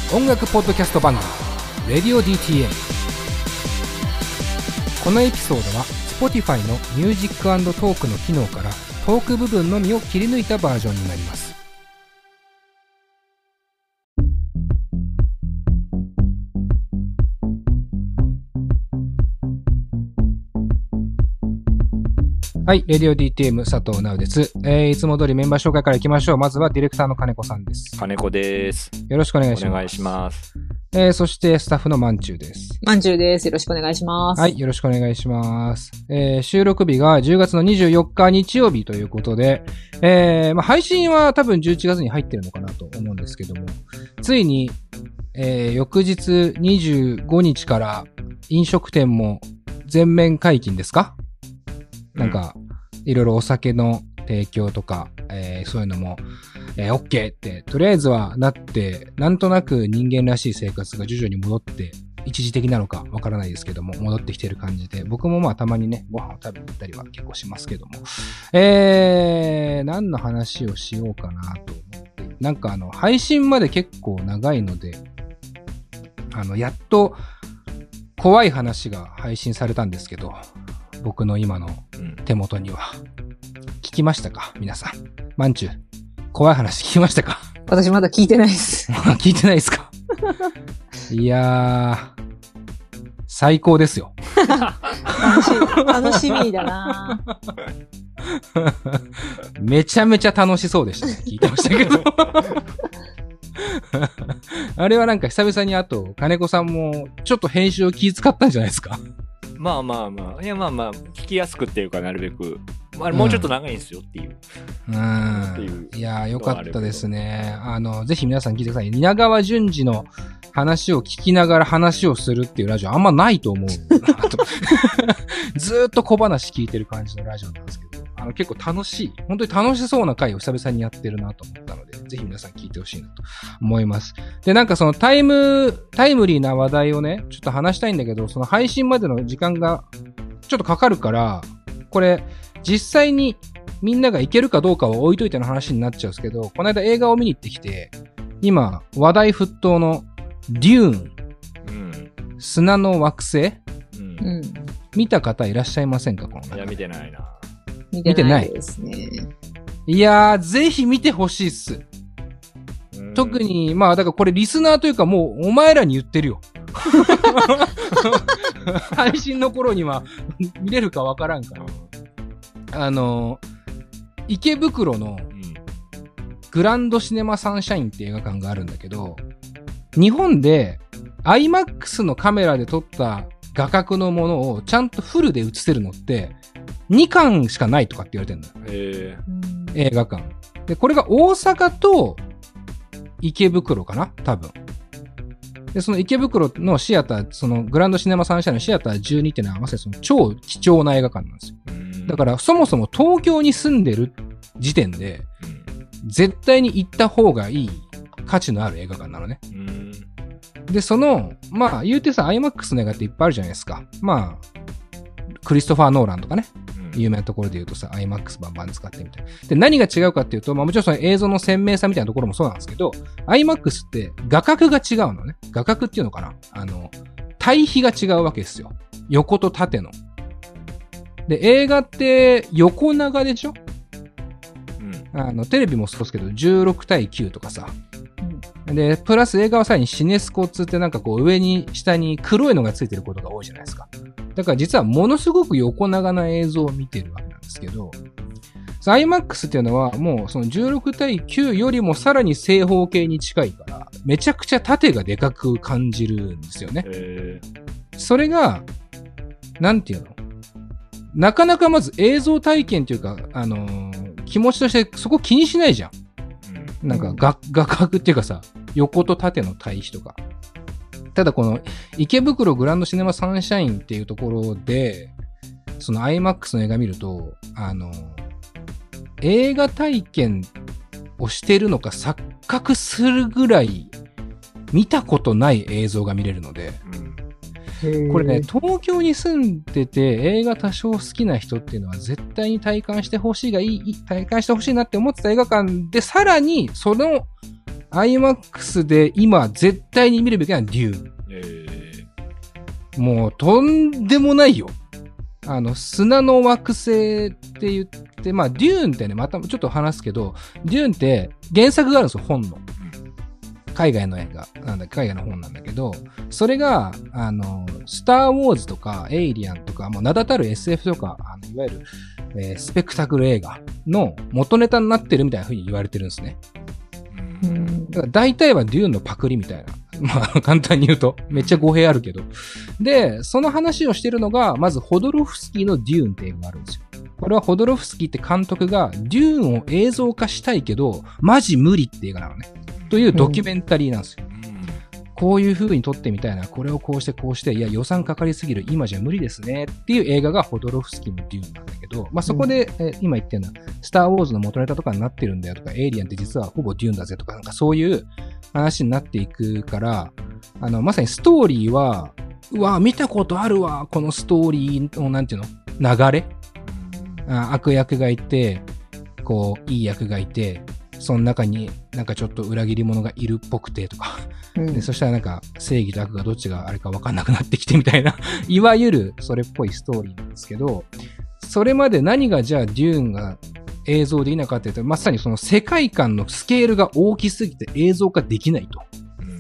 音楽ポッドキャスト番組レディオ DTM。 このエピソードは Spotify のミュージック&トークの機能からトーク部分のみを切り抜いたバージョンになります。はい、レディオ DTM 佐藤直です。いつも通りメンバー紹介からいきましょう。まずはディレクターの金子さんです。 金子です。 よろしくお願いします。 お願いします。 そしてスタッフのまんちゅうです。 まんちゅうです。よろしくお願いします。 はい、よろしくお願いします。収録日が10月の24日日曜日ということで、配信は多分11月に入ってるのかなと思うんですけども、ついに、翌日25日から飲食店も全面解禁ですか？なんか、いろいろお酒の提供とか、そういうのも、OK って、とりあえずはなって、なんとなく人間らしい生活が徐々に戻って、一時的なのかわからないですけども、戻ってきてる感じで、僕もまあたまにね、ご飯を食べに行ったりは結構しますけども、何の話をしようかなと思って、なんか配信まで結構長いので、やっと、怖い話が配信されたんですけど、僕の今の手元には。聞きましたか皆さん。まんちゅう、怖い話聞きましたか？ 私まだ聞いてないです。 聞いてないですか？いやー、最高ですよ。 楽しみだなめちゃめちゃ楽しそうでしたね。聞いてましたけど。あれはなんか久々に金子さんもちょっと編集を気遣ったんじゃないですか？ まあ、いや聞きやすくっていうかなるべく、もうちょっと長いんですよっていう。 いやーよかったですね。ぜひ皆さん聞いてください。蜷川淳二の話を聞きながら話をするっていうラジオあんまないと思うなと。ずーっと小話聞いてる感じのラジオなんですけど、結構楽しい、本当に楽しそうな回を久々にやってるなと思ったので、ぜひ皆さん聞いてほしいなと思います。で、なんかそのタイムリーな話題をね、ちょっと話したいんだけど、その配信までの時間がちょっとかかるから、これ実際にみんなが行けるかどうかは置いといての話になっちゃうんですけど、この間映画を見に行ってきて、今話題沸騰のデューン、砂の惑星、見た方いらっしゃいませんか？このいや、見てないな。 見てないですね。 いやー、ぜひ見てほしいっす。特に、だからこれリスナーというかもうお前らに言ってるよ。配信の頃には見れるかわからんから。池袋のグランドシネマサンシャインって映画館があるんだけど、日本で IMAX のカメラで撮った画角のものをちゃんとフルで映せるのって2館しかないとかって言われてるんだよ。映画館。で、これが大阪と池袋かな多分。で、その池袋のシアター、そのグランドシネマサンシャインのシアター12ってのはまさにその超貴重な映画館なんですよ。だからそもそも東京に住んでる時点で、絶対に行った方がいい価値のある映画館なのね。で、言うてさ、IMAX の映画っていっぱいあるじゃないですか。クリストファー・ノーランとかね。有名なところで言うとさ、IMAX バンバン使ってみたいな。で、何が違うかっていうと、もちろんその映像の鮮明さみたいなところもそうなんですけど、IMAX って画角が違うのね。画角っていうのかな？対比が違うわけですよ。横と縦の。で、映画って横長でしょ？テレビもそうですけど、16対9とかさ。で、プラス映画はさらにシネスコっつってなんかこう上に下に黒いのがついてることが多いじゃないですか。だから実はものすごく横長な映像を見てるわけなんですけど、IMAX っていうのはもうその16対9よりもさらに正方形に近いから、めちゃくちゃ縦がでかく感じるんですよね。それが、なんていうの？なかなかまず映像体験というか、気持ちとしてそこ気にしないじゃん。なんか画角っていうかさ、横と縦の対比とか。ただこの池袋グランドシネマサンシャインっていうところで、その IMAX の映画見ると、映画体験をしてるのか錯覚するぐらい見たことない映像が見れるので、これね、東京に住んでて映画多少好きな人っていうのは絶対に体感してほしいなって思ってた映画館で、さらにその IMAX で今絶対に見るべきなのはデューン。もうとんでもないよ。砂の惑星って言って、まあ、デューンってね、またちょっと話すけど、デューンって原作があるんですよ、本の。海外の映画、海外の本なんだけど、それが、スター・ウォーズとか、エイリアンとか、もう名だたる SF とか、いわゆる、スペクタクル映画の元ネタになってるみたいな風に言われてるんですね。だから大体はデューンのパクリみたいな。まあ、簡単に言うと、めっちゃ語弊あるけど。で、その話をしてるのが、まず、ホドロフスキーのデューンって映画があるんですよ。これはホドロフスキーって監督が、デューンを映像化したいけど、マジ無理って映画なのね。というドキュメンタリーなんですよ。こういう風に撮ってみたいな、これをこうしてこうして、いや予算かかりすぎる、今じゃ無理ですねっていう映画がホドロフスキーのデューンなんだけど、まあそこで、今言ってるのは、スター・ウォーズの元ネタとかになってるんだよとか、エイリアンって実はほぼデューンだぜとか、なんかそういう話になっていくから、まさにストーリーは、うわ、見たことあるわ、このストーリーの、なんていうの流れ、悪役がいて、こう、いい役がいて、その中になんかちょっと裏切り者がいるっぽくてとか、でそしたらなんか正義と悪がどっちがあれか分かんなくなってきてみたいな、いわゆるそれっぽいストーリーなんですけど、それまで何がじゃあデューンが映像できなかったというと、まさにその世界観のスケールが大きすぎて映像化できないと。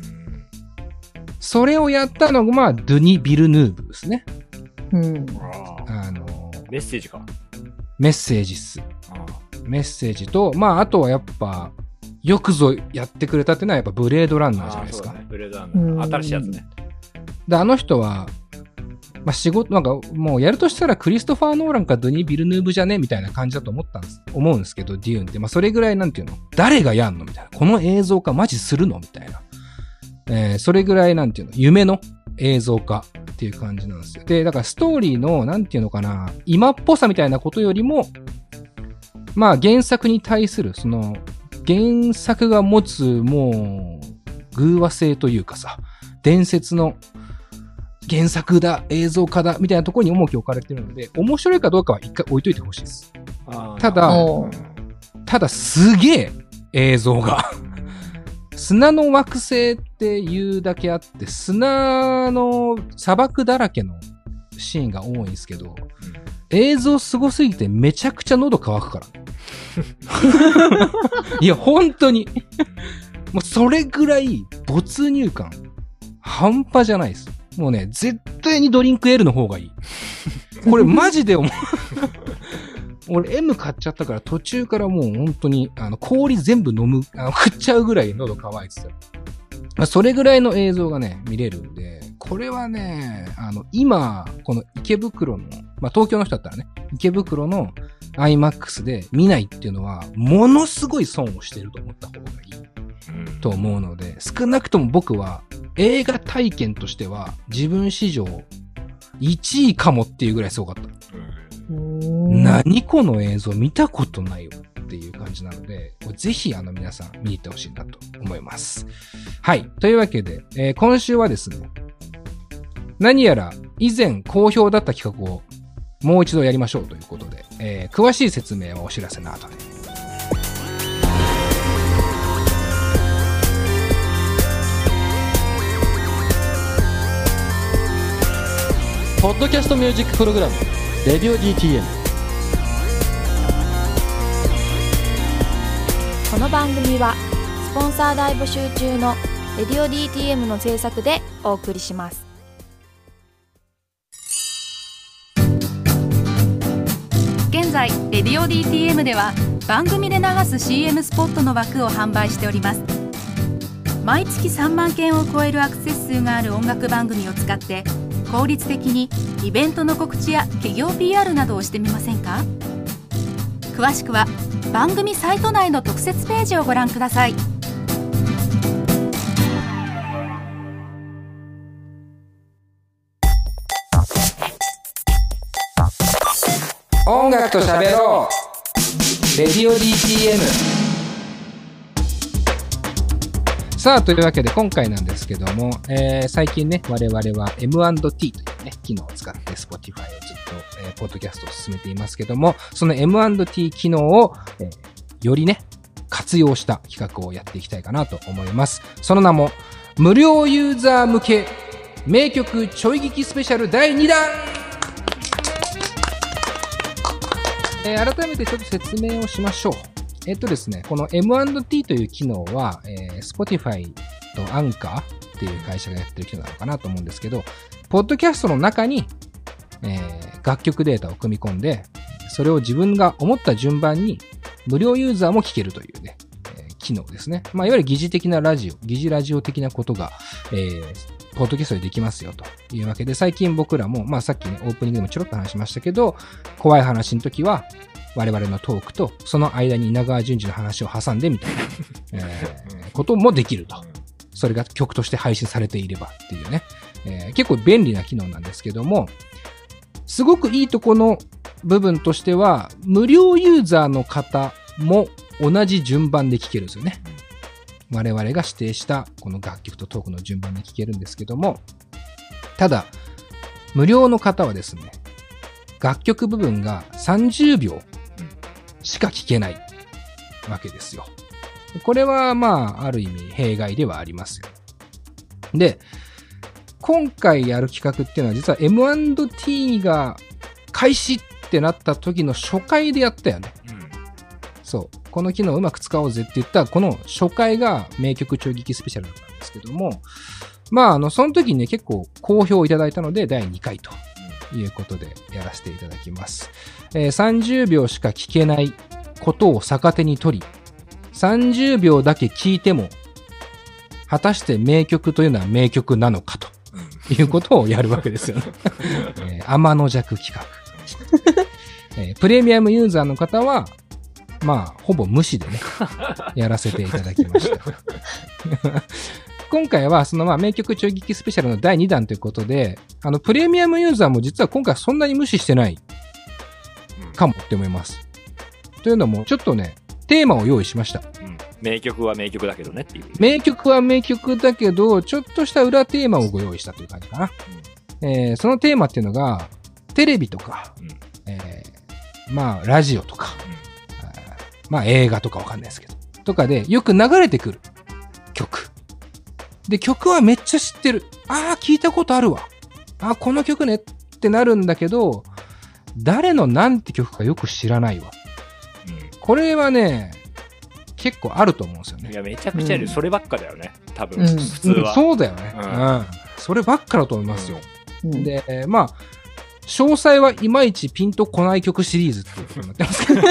それをやったのが、まあ、ドゥニ・ビルヌーブですね。 メッセージか。 メッセージっす。メッセージと、まあ、あとはやっぱ、よくぞやってくれたっていうのはやっぱブレードランナーじゃないですか。 ね、ブレードランナー。新しいやつね。 で、あの人は、まあ、仕事、なんかもうやるとしたらクリストファー・ノーランかドゥニ・ビルヌーブじゃねみたいな感じだと思うんですけど、デューンって。まあ、それぐらいなんていうの誰がやんのみたいな。この映像化マジするのみたいな。それぐらいなんていうの夢の映像化っていう感じなんですよ。で、だからストーリーの、なんていうのかな、今っぽさみたいなことよりも、まあ原作に対する、その、原作が持つもう、偶話性というかさ、伝説の原作だ、映像化だ、みたいなところに重きを置かれているので、面白いかどうかは一回置いといてほしいです。ただすげえ映像が。砂の惑星っていうだけあって、砂の砂漠だらけのシーンが多いんですけど、映像すごすぎてめちゃくちゃ喉乾くから。いや、本当に。もうそれぐらい没入感、半端じゃないです。もうね、絶対にドリンク L の方がいい。これマジで思う。俺 M 買っちゃったから途中からもう本当に氷全部飲む、食っちゃうぐらい喉乾いてた。それぐらいの映像がね、見れるんで、これはね、今、この池袋の、まあ、東京の人だったらね、池袋の IMAX で見ないっていうのは、ものすごい損をしてると思った方がいいと思うので、少なくとも僕は映画体験としては自分史上1位かもっていうぐらいすごかった。何この映像見たことないよっていう感じなので、ぜひ皆さん見に行ってほしいなと思います。はい。というわけで、今週はですね、何やら以前好評だった企画をもう一度やりましょうということで、詳しい説明はお知らせの後で。 ポッドキャストミュージックプログラムレディオ DTM。 この番組はスポンサー大募集中のレディオ DTM の制作でお送りします。 現在レディオ DTM では番組で流す CM スポットの枠を販売しております。毎月3万件を超えるアクセス数がある音楽番組を使って効率的にイベントの告知や企業 PR などをしてみませんか？詳しくは番組サイト内の特設ページをご覧ください。 音楽と喋ろうレディオ DTM。さあ、というわけで今回なんですけども、最近ね、我々は M&T というね、機能を使って Spotify をずっと、ポッドキャストを進めていますけども、その M&T 機能を、よりね、 活用した企画をやっていきたいかなと思います。その名も、無料ユーザー向け名曲ちょい聞きスペシャル第2弾。改めてちょっと説明をしましょう。ですね、この M&T という機能は、Spotify と Anchor っていう会社がやってる機能なのかなと思うんですけど、ポッドキャストの中に、楽曲データを組み込んで、それを自分が思った順番に無料ユーザーも聴けるというね、機能ですね。まあ、いわゆる疑似的なラジオ、疑似ラジオ的なことが、ポッドキャストでできますよというわけで、最近僕らも、まあさっきね、オープニングでもちょろっと話しましたけど、怖い話の時は、我々のトークと、その間に稲川淳二の話を挟んでみたいな、こともできると。それが曲として配信されていればっていうね、結構便利な機能なんですけども、すごくいいとこの部分としては、無料ユーザーの方も同じ順番で聴けるんですよね。我々が指定したこの楽曲とトークの順番で聴けるんですけども、ただ、無料の方はですね、楽曲部分が30秒しか聴けないわけですよ。これはまあ、ある意味弊害ではありますよ。で、今回やる企画っていうのは実は M&T が開始ってなった時の初回でやったよね。そう。この機能をうまく使おうぜって言ったこの初回が名曲ちょい聞きスペシャルだったんですけども、まあその時にね結構好評いただいたので第2回ということでやらせていただきます。30秒しか聞けないことを逆手に取り、30秒だけ聞いても果たして名曲というのは名曲なのかということをやるわけですよね。天の弱企画。プレミアムユーザーの方はまあ、ほぼ無視でね、やらせていただきました。今回は、そのまあ、名曲ちょい聞きスペシャルの第2弾ということで、プレミアムユーザーも実は今回そんなに無視してないかもって思います。というのも、ちょっとね、テーマを用意しました。 名曲は名曲だけどねっていう。 名曲は名曲だけど、ちょっとした裏テーマをご用意したという感じかな。そのテーマっていうのが、テレビとか、まあ、ラジオとか、まあ映画とかわかんないですけど。とかでよく流れてくる曲。で、曲はめっちゃ知ってる。ああ、聞いたことあるわ。ああ、この曲ねってなるんだけど、誰のなんて曲かよく知らないわ。これはね、結構あると思うんですよね。 いや、めちゃくちゃいる。そればっかだよね。多分、普通は。 そうだよね。そればっかだと思いますよ。で、まあ、詳細はいまいちピンとこない曲シリーズっていうことになってますけど。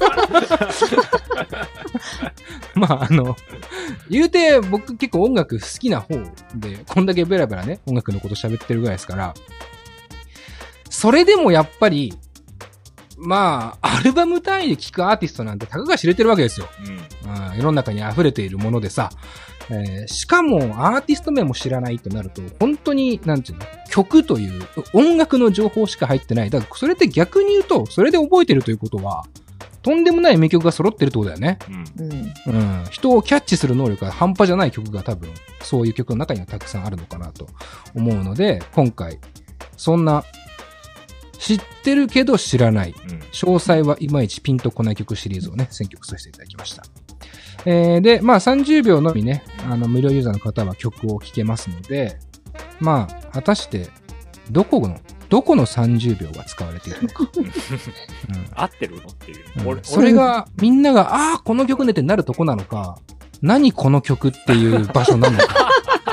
まあ言うて僕結構音楽好きな方で、こんだけベラベラね、音楽のこと喋ってるぐらいですから、それでもやっぱり、まあ、アルバム単位で聴くアーティストなんてたかが知れてるわけですよ。世の中に溢れているものでさ、しかもアーティスト名も知らないとなると、本当に、なんていうの、曲という音楽の情報しか入ってない。だからそれって逆に言うと、それで覚えてるということは、とんでもない名曲が揃ってるってことだよね。人をキャッチする能力が半端じゃない曲が多分、そういう曲の中にはたくさんあるのかなと思うので、今回、そんな、知ってるけど知らない、詳細はいまいちピンとこない曲シリーズをね、選曲させていただきました。で、まあ30秒のみね、無料ユーザーの方は曲を聴けますので、まあ、果たして、どこの30秒が使われているのか。 合ってるのっていう。 それが、みんなが、ああ、この曲ねってなるとこなのか、何この曲っていう場所なのか。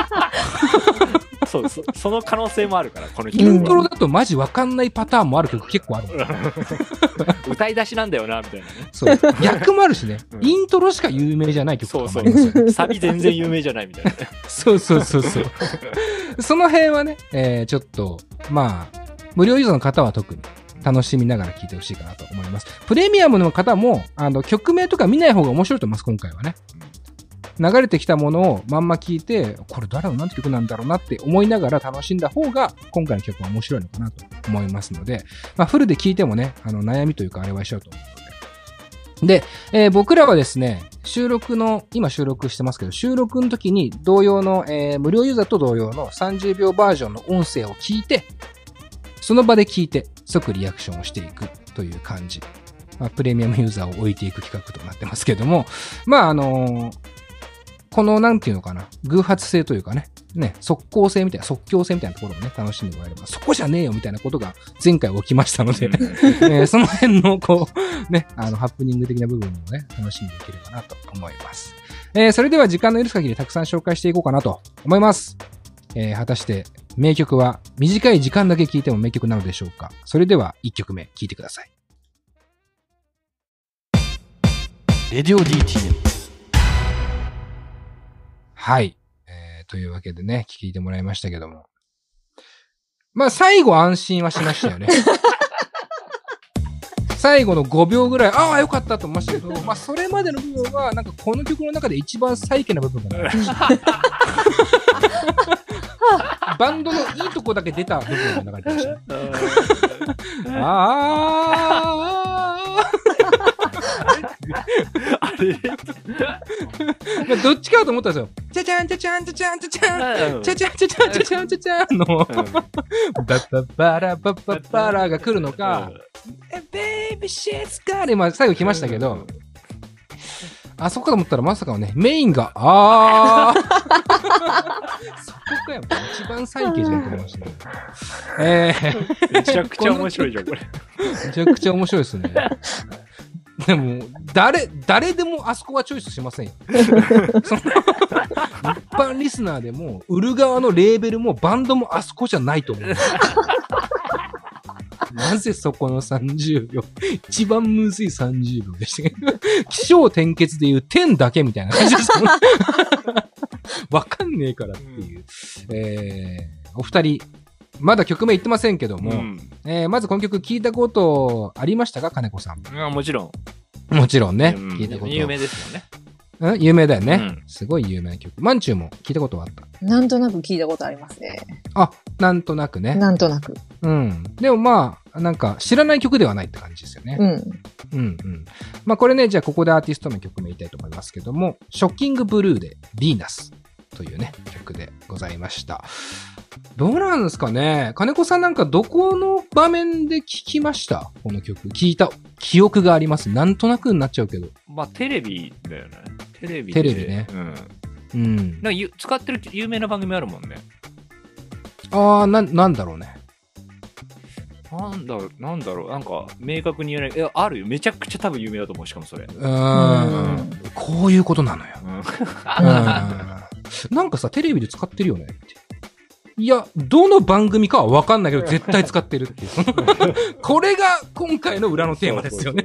その可能性もあるから、この曲。 イントロだとマジわかんないパターンもある曲結構ある。 歌い出しなんだよな、みたいなね。 そう。逆もあるしね。イントロしか有名じゃない曲とかもありますよね。 サビ全然有名じゃないみたいなね。 そう。その辺はね、ちょっと、まあ、無料ユーザーの方は特に楽しみながら聴いてほしいかなと思います。プレミアムの方も、曲名とか見ない方が面白いと思います、今回はね。流れてきたものをまんま聞いて、これ誰のなんて曲なんだろうなって思いながら楽しんだ方が、今回の曲は面白いのかなと思いますので、まあフルで聞いてもね、悩みというかあれはしちゃうと思うので。で、僕らはですね、今収録してますけど、収録の時に同様の、無料ユーザーと同様の30秒バージョンの音声を聞いて、その場で聞いて即リアクションをしていくという感じまあ、プレミアムユーザーを置いていく企画となってますけども、まあこのなんていうのかな、偶発性というかね、即興性みたいな、即興性みたいなところをね、楽しんでもらえれば、そこじゃねえよみたいなことが前回起きましたので、その辺のこう、ね、ハプニング的な部分をね、楽しんでいければなと思います。それでは時間の許す限りたくさん紹介していこうかなと思います。果たして名曲は短い時間だけ聴いても名曲なのでしょうか。それでは1曲目聴いてください。 レディオ DTM。 はい。というわけでね、聞いてもらいましたけども。まあ、最後安心はしましたよね。最後の5秒ぐらい、ああ、よかったと思いましたけど、まあ、それまでの部分は、なんかこの曲の中で一番最低な部分がない。バンドのいいとこだけ出た部分が流れてましたね。 あれまあどっちかと思ったんですよ。チャチャンチャチャンチャチャンチャチャンチャチャンチャチャンチャチャンチャチャンのバッバラバッバッバラが来るのか、ベイビーシェスカーでまあ最後来ましたけど、あそこかと思ったらまさかのね、メインがそこかよ、一番最低じゃんと思いましたね。 めちゃくちゃ面白いじゃんこれ。 めちゃくちゃ面白いですね。でも誰でもあそこはチョイスしませんよ。その一般リスナーでも売る側のレーベルもバンドもあそこじゃないと思う。なぜそこの30秒、一番むずい30秒でしたけど、起承転結でいう点だけみたいな感じです。わかんねえからっていう。お二人、まだ曲名言ってませんけども、まずこの曲聞いたことありましたか、金子さん。 もちろん。 もちろんね。聞いたこと。 有名ですよね。 有名だよね。すごい有名な曲。まんちゅうも聞いたことはあった。 なんとなく聞いたことありますね。 あ、なんとなくね。 なんとなく。 うん。でもまあ、なんか知らない曲ではないって感じですよね。まあこれね、じゃあここでアーティストの曲名言いたいと思いますけども、ショッキングブルーでヴィーナスというね、曲でございました。どうなんですかね、金子さんなんかどこの場面で聞きました？この曲。聞いた記憶があります。なんとなくになっちゃうけど。 まあテレビだよね。テレビね。 なんか使ってる有名な番組あるもんね。 なんだろうね。 なんだろう。なんか明確に言えない。あるよ。めちゃくちゃ多分有名だと思う。しかもそれ。 こういうことなのよ。なんかさ、テレビで使ってるよねって。いや、どの番組かは分かんないけど、絶対使ってるっていう。これが今回の裏のテーマですよね。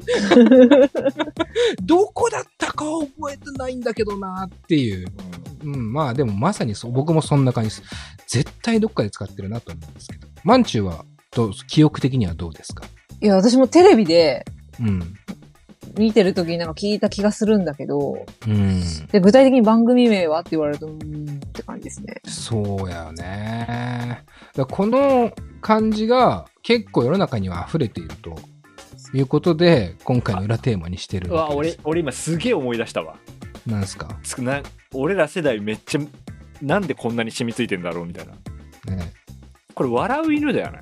どこだったかは覚えてないんだけどなっていう。まあでもまさにそう、僕もそんな感じです。絶対どっかで使ってるなと思うんですけど。まんちゅうは記憶的にはどうですか？ いや、私もテレビで、見てる時になんか聞いた気がするんだけど、で具体的に番組名はって言われるとって感じですね。 そうやよね。この感じが結構世の中には溢れているということで今回の裏テーマにしてるわけです。 俺今すげえ思い出したわ。 なんですか？ 俺ら世代めっちゃなんでこんなに染みついてんだろうみたいな。これ笑う犬だよね。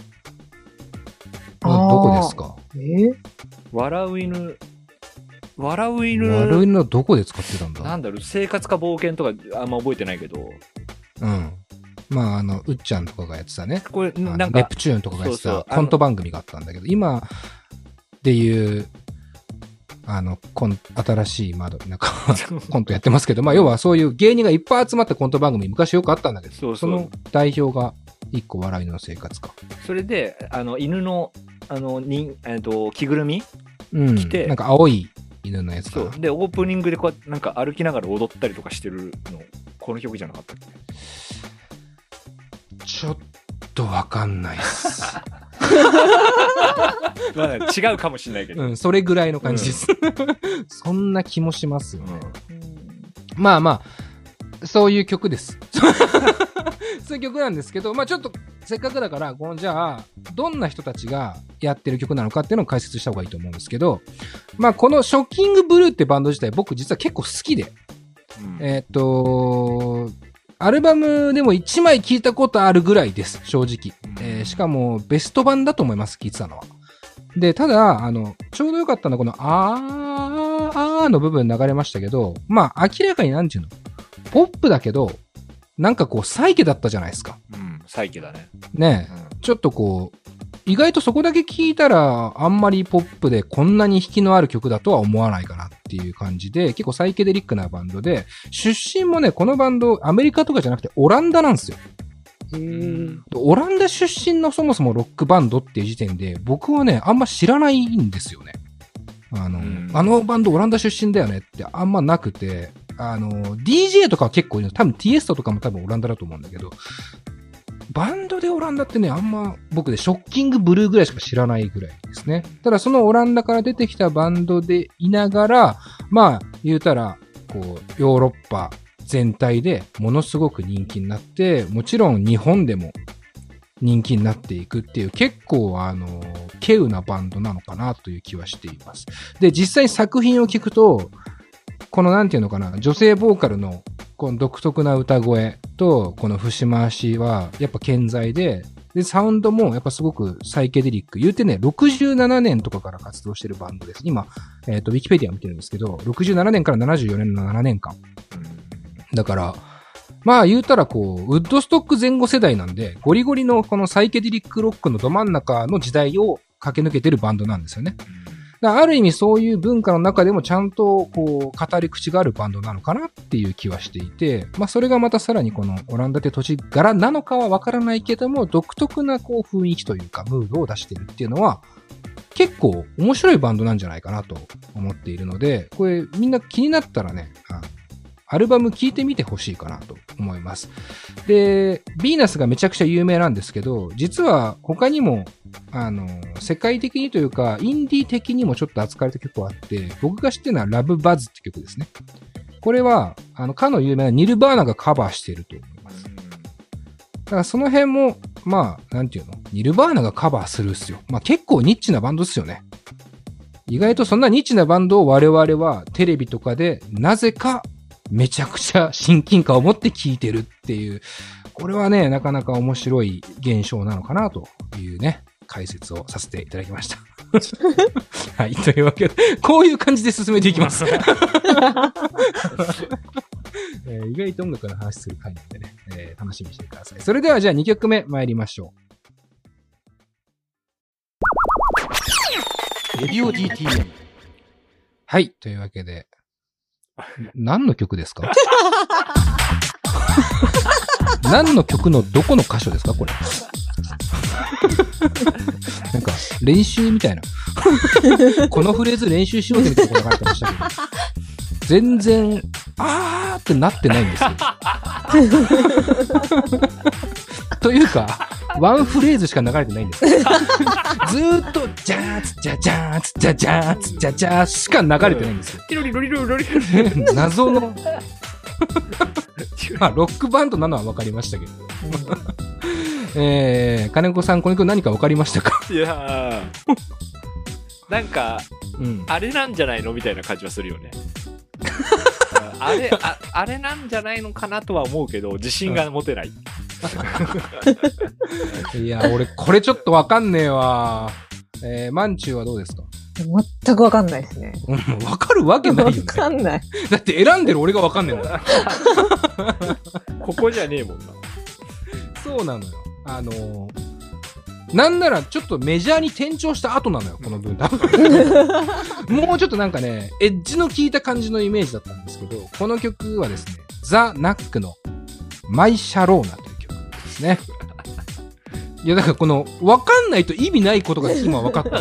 どこですか？ 笑う犬のどこで使ってたんだ？ なんだろう、生活か冒険とかあんま覚えてないけど。 まあうっちゃんとかがやってたね。 これなんかネプチューンとかがやってたコント番組があったんだけど、今でいう新しい窓なんかコントやってますけど、まあ要はそういう芸人がいっぱい集まったコント番組昔よくあったんだけど、その代表が一個笑いの生活か。 それで犬の着ぐるみ着て、 なんか青い犬のやつかな。 そうでオープニングでこうなんか歩きながら踊ったりとかしてるのこの曲じゃなかったっけ？ ちょっとわかんないっす。 まあ違うかもしれないけど、 それぐらいの感じです。そんな気もしますよね。まあまあそういう曲です。そういう曲なんですけど、まあちょっとせっかくだからじゃあどんな人たちがやってる曲なのかっていうのを解説した方がいいと思うんですけど、まあこのショッキングブルーってバンド自体僕実は結構好きで、アルバムでも1枚聴いたことあるぐらいです、正直。しかもベスト版だと思います、聴いてたのは。 で、ただ、ちょうどよかったのは、この、の部分流れましたけど、まあ、明らかになんていうの、ポップだけど、なんかこう、サイケだったじゃないですか。 うん、サイケだね。 ねえ、ちょっとこう、意外とそこだけ聞いたら、あんまりポップでこんなに引きのある曲だとは思わないかなっていう感じで、結構サイケデリックなバンドで、出身もね、このバンド、アメリカとかじゃなくてオランダなんですよ。オランダ出身のそもそもロックバンドっていう時点で、僕はね、あんま知らないんですよね。あのバンドオランダ出身だよねってあんまなくて、DJ とかは結構いる。多分ティエストとかも多分オランダだと思うんだけど、バンドでオランダってね、あんま僕でショッキングブルーぐらいしか知らないぐらいですね。ただそのオランダから出てきたバンドでいながら、まあ言うたら、こう、ヨーロッパ全体でものすごく人気になって、もちろん日本でも人気になっていくっていう結構稀有なバンドなのかなという気はしています。で、実際に作品を聞くと、このなんていうのかな、女性ボーカルのこの独特な歌声とこの節回しはやっぱ健在で、で、サウンドもやっぱすごくサイケデリック。言うてね、67年とかから活動してるバンドです。今、ウィキペディア見てるんですけど、67年から74年の7年間。だから、まあ言うたらこう、ウッドストック前後世代なんで、ゴリゴリのこのサイケデリックロックのど真ん中の時代を駆け抜けてるバンドなんですよね。だからある意味そういう文化の中でもちゃんとこう、語り口があるバンドなのかなっていう気はしていて、まあそれがまたさらにこのオランダって土地柄なのかはわからないけども、独特なこう雰囲気というか、ムードを出してるっていうのは、結構面白いバンドなんじゃないかなと思っているので、これみんな気になったらね、アルバム聴いてみてほしいかなと思います。で、ヴィーナスがめちゃくちゃ有名なんですけど、実は他にも、世界的にというか、インディー的にもちょっと扱われた曲があって、僕が知ってるのはラブバズって曲ですね。これは、かの有名なニルバーナがカバーしていると思います。だからその辺も、まあ、なんていうの？ニルバーナがカバーするっすよ。まあ結構ニッチなバンドっすよね。意外とそんなニッチなバンドを我々はテレビとかでなぜかめちゃくちゃ親近感を持って聴いてるっていう、これはね、なかなか面白い現象なのかなというね、解説をさせていただきました。はい、というわけで、こういう感じで進めていきます。意外と音楽の話する回なんでね、楽しみにしてください。それではじゃあ2曲目参りましょう。レディオ DTM。 はい、というわけで、何の曲ですか？何の曲のどこの箇所ですかこれ？なんか練習みたいな。このフレーズ練習しようぜみたいなことが書いてましたけど、全然ーってなってないんですよ。というか、ワンフレーズしか流れてないんですよ。ずーっとジャーツジャジャーツジャジャーツジャジャーしか流れてないんですよ。謎のまあロックバンドなのは分かりましたけど。金子さんこの曲何か分かりましたか？ いやーなんか、あれなんじゃないのみたいな感じはするよね。あれなんじゃないのかなとは思うけど自信が持てない。 いや俺これちょっと分かんねえわ。マンチューはどうですか？ 全く分かんないですね。 分かるわけないよね。 分かんない。 だって選んでる俺が分かんねえもん。 ここじゃねえもんな。 そうなのよ。なんならちょっとメジャーに転調した後なのよ、この分多分。もうちょっとなんかね、エッジの効いた感じのイメージだったんですけど、この曲はですね、ザ・ナックのマイ・シャローナという曲ですね。いや、だからこの、わかんないと意味ないことが今わかった。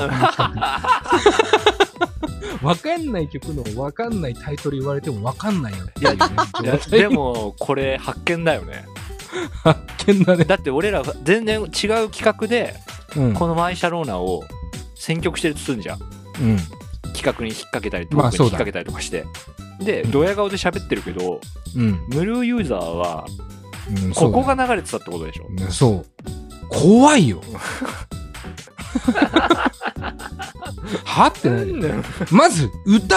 わかんない曲のわかんないタイトル言われてもわかんないよっていうね。 いやでも、これ発見だよね。 発見だね。 だって俺ら全然違う企画で、このマイ・シャローナを選曲してるとするんじゃん。企画に引っ掛けたりトークに引っ掛けたりとかして。で、ドヤ顔で喋ってるけど、ムルーユーザーは、ここが流れてたってことでしょ。 そう。怖いよ。はってなる。まず、歌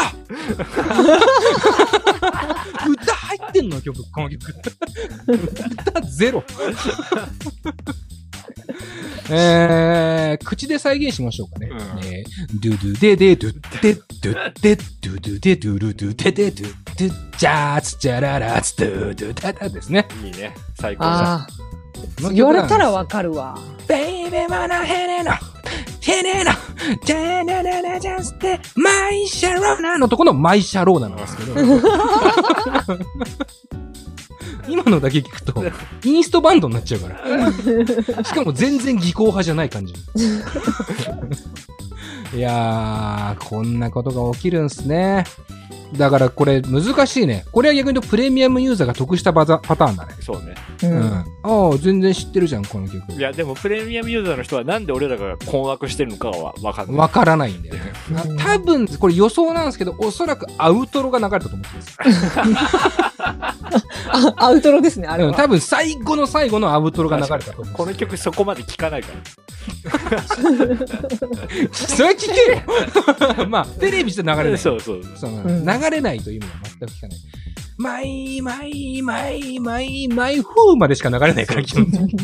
入ってんの曲、この曲。歌ゼロ。 口で再現しましょうかね。ドゥドゥデデドゥデドゥデドゥドゥデドゥルドゥデデドゥドゥジャーツジャララツドゥドゥダダですね。 いいね。最高だ。 言われたらわかるわ。 ベイベマナヘネノヘネノジャナナナジャステマイシャローナのとこのマイシャローナなんですけど。今のだけ聞くと、インストバンドになっちゃうから。しかも全然技巧派じゃない感じ。いやー、こんなことが起きるんすね。だからこれ難しいね。これは逆に言うとプレミアムユーザーが得したパターンだね。 そうね。 ああ、全然知ってるじゃん、この曲。 いや、でもプレミアムユーザーの人はなんで俺らが困惑してるのかはわかんない。 わからないんだよね。多分、これ予想なんですけど、おそらくアウトロが流れたと思ってます。 アウトロですね、あれは。 多分最後の最後のアウトロが流れたと思う。 この曲そこまで聴かないから。 それ聞けよまあ、テレビして流れない。 そう。 流れないという意味は全く聞かない。マイフーまでしか流れないから、基本的に。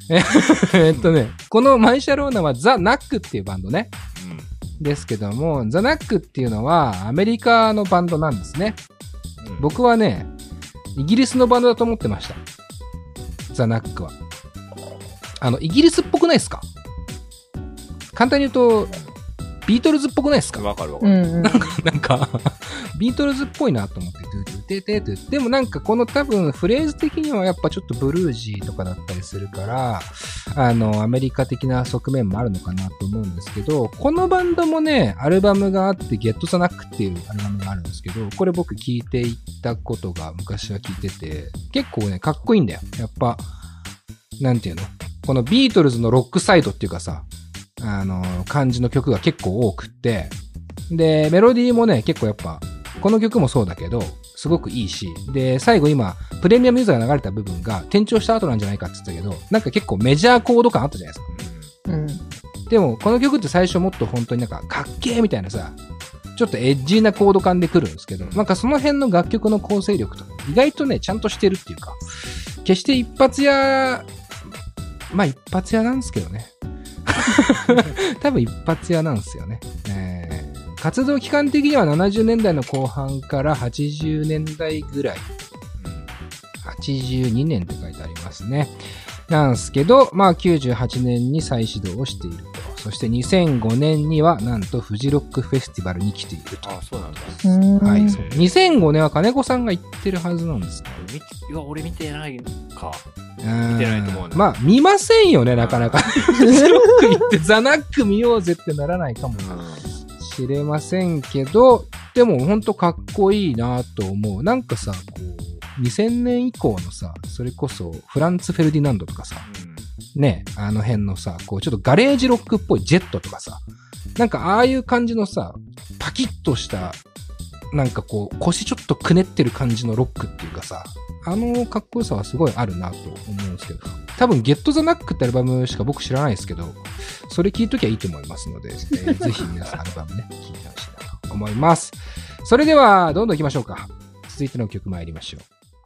このマイシャローナはザ・ナックっていうバンドね。ですけども、ザ・ナックっていうのはアメリカのバンドなんですね。僕はね、イギリスのバンドだと思ってました。ザ・ナックは。イギリスっぽくないですか？簡単に言うと、ビートルズっぽくないですか？ わかる。 なんか、ビートルズっぽいなと思って、でもなんかこの多分フレーズ的にはやっぱちょっとブルージーとかだったりするから、アメリカ的な側面もあるのかなと思うんですけど、このバンドもね、アルバムがあって、ゲット・ザ・ナックっていうアルバムがあるんですけど、これ僕聞いていったことが昔は聞いてて、結構ね、かっこいいんだよ。やっぱ、なんていうの？このビートルズのロックサイドっていうかさ、感じの曲が結構多くって、で、メロディーもね、結構やっぱ、この曲もそうだけど、すごくいいし、で、最後今、プレミアムユーザーが流れた部分が転調した後なんじゃないかって言ってたけど、なんか結構メジャーコード感あったじゃないですか。でも、この曲って最初もっと本当になんか、かっけーみたいなさ、ちょっとエッジーなコード感で来るんですけど、なんかその辺の楽曲の構成力とか、意外とね、ちゃんとしてるっていうか、決して一発屋、まあ一発屋なんですけどね。多分一発屋なんですよね。活動期間的には70年代の後半から80年代ぐらい。82年って書いてありますね。なんですけど、まあ98年に再始動をしていると。そして2005年にはなんとフジロックフェスティバルに来ていると。 あ、そうなんだ。 はい、そう。2005年は金子さんが行ってるはずなんですね。 いや、俺見てないか。見てないと思うね。 まあ、見ませんよね、なかなか。フジロック行ってザナック見ようぜってならないかもしれませんけど、でもほんとかっこいいなと思う。なんかさ、こう、2000年以降のさ、それこそフランツ・フェルディナンドとかさ、ね、あの辺のさ、こうちょっとガレージロックっぽいジェットとかさ、なんかああいう感じのさ、パキッとした、なんかこう腰ちょっとくねってる感じのロックっていうかさ、あのかっこよさはすごいあるなと思うんですけど、多分ゲットザナックってアルバムしか僕知らないですけど、それ聞いときゃいいと思いますので、ぜひ皆さんアルバムね、聞いてほしいなと思います。それでは、どんどん行きましょうか。続いての曲参りましょう。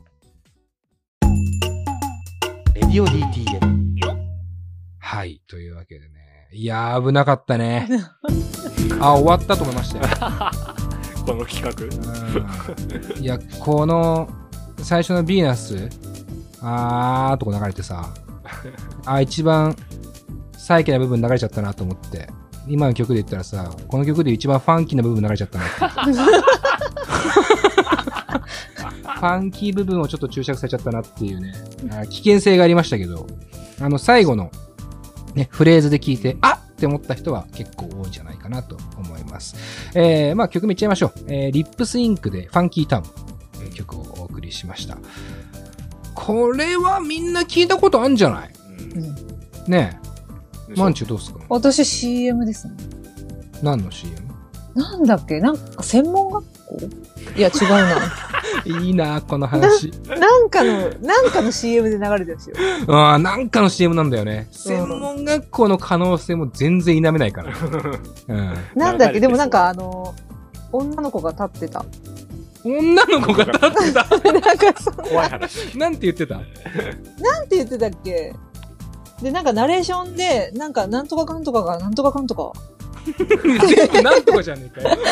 レディオ DTM。 はい。というわけでね。いやー、危なかったね。あ、終わったと思いましたよ。 この企画。 いや、この、最初のヴィーナス、あーとこ流れてさ、一番、サイケな部分流れちゃったなと思って、今の曲で言ったらさ、この曲で一番ファンキーな部分流れちゃったなって。ファンキー部分をちょっと注釈されちゃったなっていうね、危険性がありましたけど、最後の、ね、フレーズで聞いて、あっって思った人は結構多いんじゃないかなと思います。まあ曲もいっちゃいましょう。リップスインクでファンキータウン、曲をお送りしました。これはみんな聞いたことあるんじゃない？ねえ。まんちゅうどうすか？ 私 CM ですね。 何の CM？ なんだっけ？なんか専門学校？いや違うな。 いいなこの話。 なんかの CM で流れてるんですよ。 なんかの CM なんだよね。専門学校の可能性も全然否めないから。 なんだっけ？でもなんか女の子が立ってた。 女の子が立ってた。 なんか怖い話。 なんて言ってた？ なんて言ってたっけ？ で、なんかナレーションで、なんか、なんとかかんとかが、なんとかかんとか。 全部なんとかじゃねえかよ。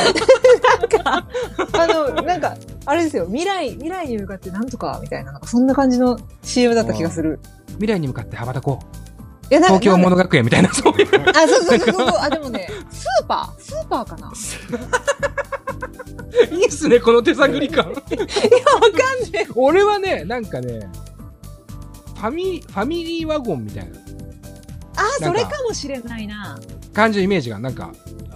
なんか、あれですよ、未来に向かってなんとか、みたいな、なんかそんな感じの CM だった気がする。 未来に向かって羽ばたこう。東京物学園みたいな、そういう。 あ、そう。あ、でもね、スーパーかな。 いいっすね、この手探り感。いや、 わかんねえ。 俺はね、なんかね、ファミリーワゴンみたいな。 それかもしれないな。 感じのイメージが、なんか。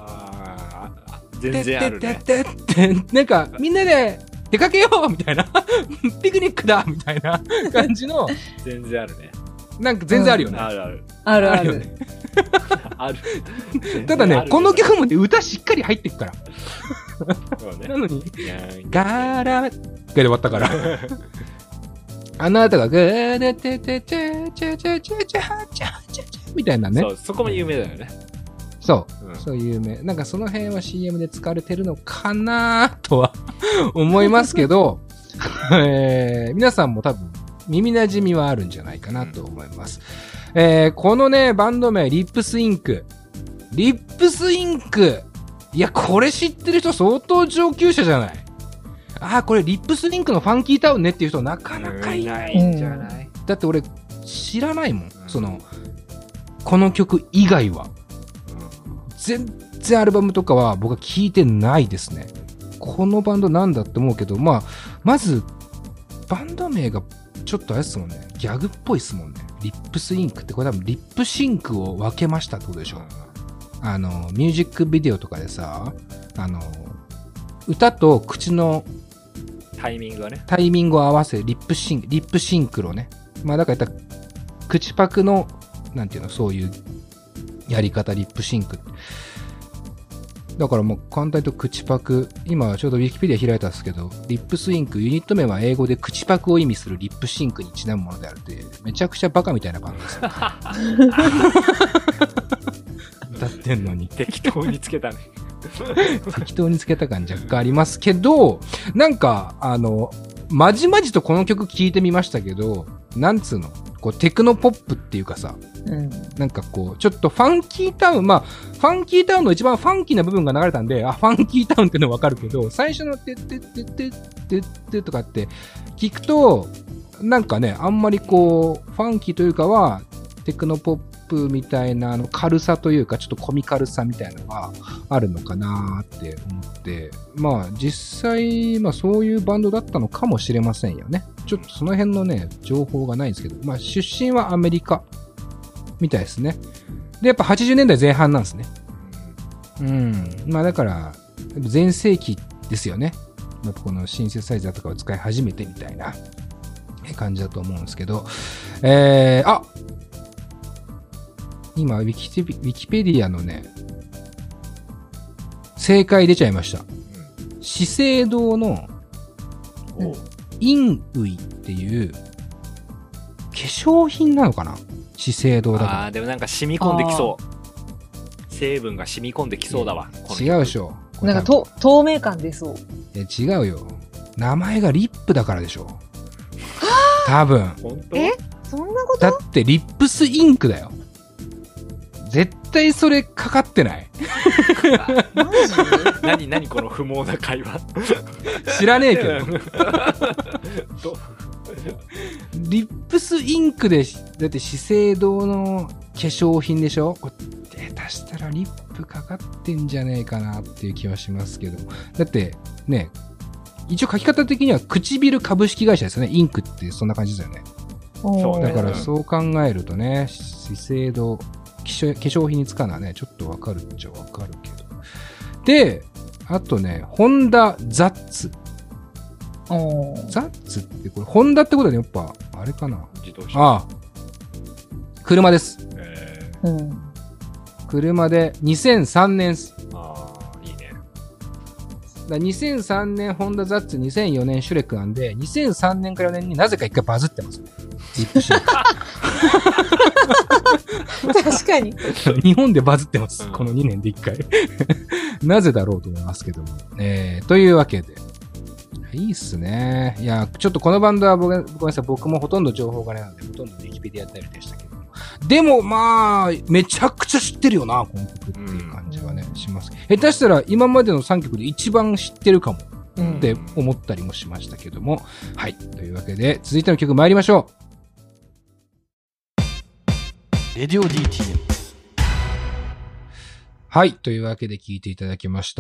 全然あるね。 なんか、みんなで出かけようみたいな。ピクニックだみたいな感じの。 全然あるね。 なんか全然あるよね。 あるある。 ある。 ある。 ただね、この曲もね、歌しっかり入ってくから。なのに、ガーラがで終わったから。あなたがグーデテテチェチェチェチェチェチェチェみたいなね。 そう、そこも有名だよね。 そう。そう有名。なんかその辺は CM で使われてるのかなとは思いますけど、皆さんも多分耳馴染みはあるんじゃないかなと思います。このね、バンド名、リップスインク。リップスインク。いや、これ知ってる人相当上級者じゃない。これリップスインクのファンキータウンねっていう人なかなかいないんじゃない、だって俺知らないもん。この曲以外は。全然アルバムとかは僕は聞いてないですね。このバンドなんだって思うけど、まず、バンド名がちょっとあれですもんね。ギャグっぽいですもんね。リップスインクってこれ多分リップシンクを分けましたってことでしょ。ミュージックビデオとかでさ、歌と口のタイミングを合わせるリップシンクロね。だから言ったら口パクのなんていうの、そういうやり方、リップシンク。だからもう簡単に言うと口パク、今ちょうどウィキペディア開いたんですけど、リップスインク、ユニット名は英語で口パクを意味するリップシンクにちなむものであるって、めちゃくちゃバカみたいなバンドですよ。歌ってんのに。 適当につけたね。 適当につけた感若干ありますけど、なんか、まじまじとこの曲聴いてみましたけど、なんつうのこうテクノポップっていうかさ、なんかこう、ちょっとファンキータウン、ファンキータウンの一番ファンキーな部分が流れたんで、ファンキータウンってのわかるけど、最初のてってってってってってとかって聞くと、なんかね、あんまりこう、ファンキーというかは、テクノポップみたいな軽さというか、ちょっとコミカルさみたいなのがあるのかなって思って、実際、そういうバンドだったのかもしれませんよね。ちょっとその辺のね、情報がないんですけど、出身はアメリカみたいですね。で、やっぱ80年代前半なんですね。だから、全盛期ですよね。やっぱこのシンセサイザーとかを使い始めてみたいな感じだと思うんですけど、今ウィキペディアのね、正解出ちゃいました。資生堂のインウイっていう化粧品なのかな？資生堂だから。 でもなんか染み込んできそう。成分が染み込んできそうだわ。 違うでしょ。 なんか透明感出そう。 違うよ。名前がリップだからでしょ。多分。 そんなこと？ だってリップスインクだよ。絶対それかかってない。 何この不毛な会話。 知らねえけど。リップスインクで、だって資生堂の化粧品でしょ？下手したらリップかかってんじゃねえかなっていう気はしますけど。だってね、一応書き方的には唇株式会社ですよね。インクってそんな感じですよね。 そうね。 だからそう考えるとね、資生堂、化粧品に使うのはね、ちょっとわかるっちゃわかるけど。で、あとね、ホンダザッツ。ザッツってこれ、ホンダってことはね、やっぱ、あれかな。 自動車。 車です。車で2003年。 いいね。 2003年ホンダザッツ、2004年シュレックなんで、2003年から4年になぜか一回バズってますね。リップシンク。 確かに。 日本でバズってます。この2年で1回。なぜだろうと思いますけども。というわけで。いいっすね。いや、ちょっとこのバンドはごめんなさい。僕もほとんど情報がないので、ほとんどウィキペディア頼りでしたけども。 でもまあ、めちゃくちゃ知ってるよな、この曲っていう感じがね、します。下手したら今までの3曲で一番知ってるかもって思ったりもしましたけども。はい。というわけで、続いての曲参りましょう。レディオ DTM。 はい。というわけで聴いていただきました。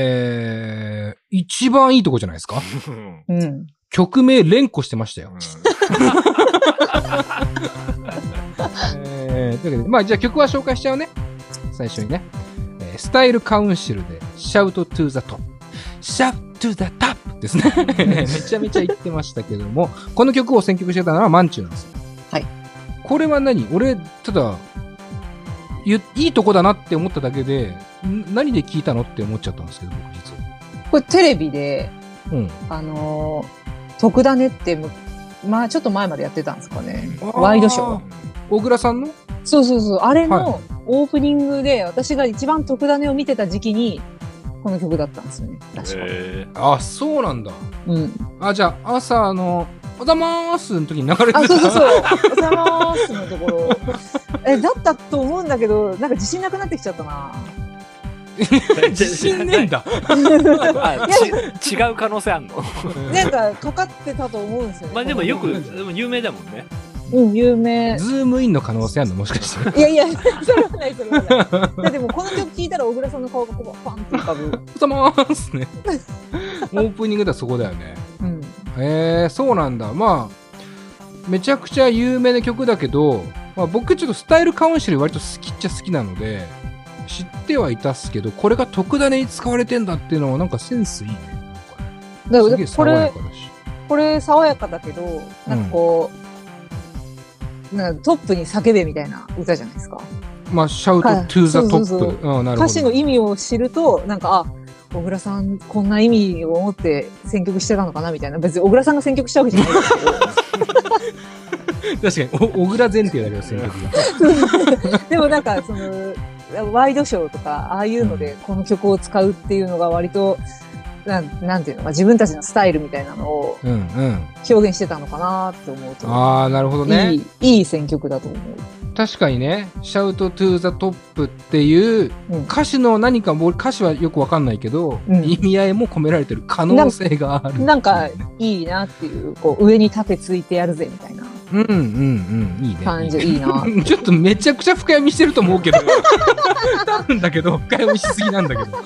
一番いいとこじゃないですか。 うん。 曲名連呼してましたよ。というわけで、まあじゃあ曲は紹介しちゃうね。最初にね。スタイルカウンシルで Shout to the Top。Shout to the Top ですね。めちゃめちゃ言ってましたけども、この曲を選曲してたのはマンチューなんですよ。 はい。 これは何？俺、ただ、いいとこだなって思っただけで、何で聞いたのって思っちゃったんですけど、僕実は。 これテレビで、 うん、 特ダネって、まあちょっと前までやってたんですかね。ワイドショー。 小倉さんの？ そうそうそう。あれのオープニングで、私が一番特ダネを見てた時期に、この曲だったんですよね。確か。 あ、そうなんだ。 うん。 あ、じゃあ、朝おざまーすの時に流れてた。 あ、そうそうそう。おざまーすのところ。だったと思うんだけど、なんか自信なくなってきちゃったな。 自信ねえんだ。 違う可能性あんの？ なんかかかってたと思うんですよね。 まあでもでも有名だもんね。 うん、有名。 ズームインの可能性あるのもしかして。 いや、それはない、それはない。でもこの曲聴いたら小倉さんの顔がパンって浮かぶ。 おざまーすね。オープニングではそこだよね。 うん。 そうなんだ。まあ、めちゃくちゃ有名な曲だけど、まあ、僕ちょっとスタイルカウンシル割と好きっちゃ好きなので、知ってはいたっすけど、これが特ダネに使われてんだっていうのはなんかセンスいいね。 だからすげえ爽やかだし。これ爽やかだけど、なんかこう、なんかトップに叫べみたいな歌じゃないですか。 まあ、シャウトトゥーザトップ。 歌詞の意味を知ると、なんか、小倉さんこんな意味を持って選曲してたのかなみたいな。別に小倉さんが選曲したわけじゃないですけど。 確かに、小倉前提だけど、選曲が。 でもなんか、ワイドショーとか、ああいうのでこの曲を使うっていうのが割と、なんていうのか、自分たちのスタイルみたいなのを表現してたのかなって思うと。 ああ、なるほどね。 いい選曲だと思う。 確かにね、シャウトトゥーザトップっていう歌詞の何か、歌詞はよくわかんないけど、意味合いも込められてる可能性がある。 なんかいいなっていう、こう上に盾ついてやるぜみたいな。 いいね。 感じ、いいな。 ちょっとめちゃくちゃ深読みしてると思うけど。多分だけど、深読みしすぎなんだけど。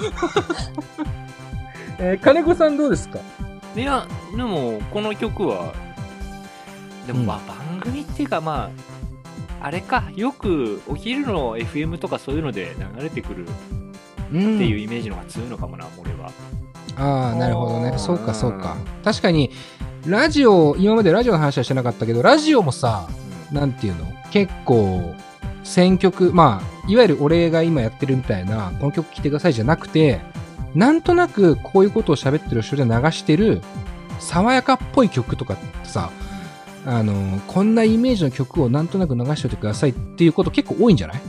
金子さんどうですか？ いや、でも、この曲は、でもまあ番組っていうかまあ、あれか、よくお昼の FM とかそういうので流れてくるっていうイメージの方が強いのかもな、俺は。 ああ、なるほどね。そうか、そうか。確かに、ラジオ、今までラジオの話はしてなかったけど、ラジオもさ、なんていうの？結構、選曲、まあ、いわゆる俺が今やってるみたいな、この曲聴いてくださいじゃなくて、なんとなくこういうことを喋ってる人で流してる、爽やかっぽい曲とかってさ、こんなイメージの曲をなんとなく流しておいてくださいっていうこと結構多いんじゃない？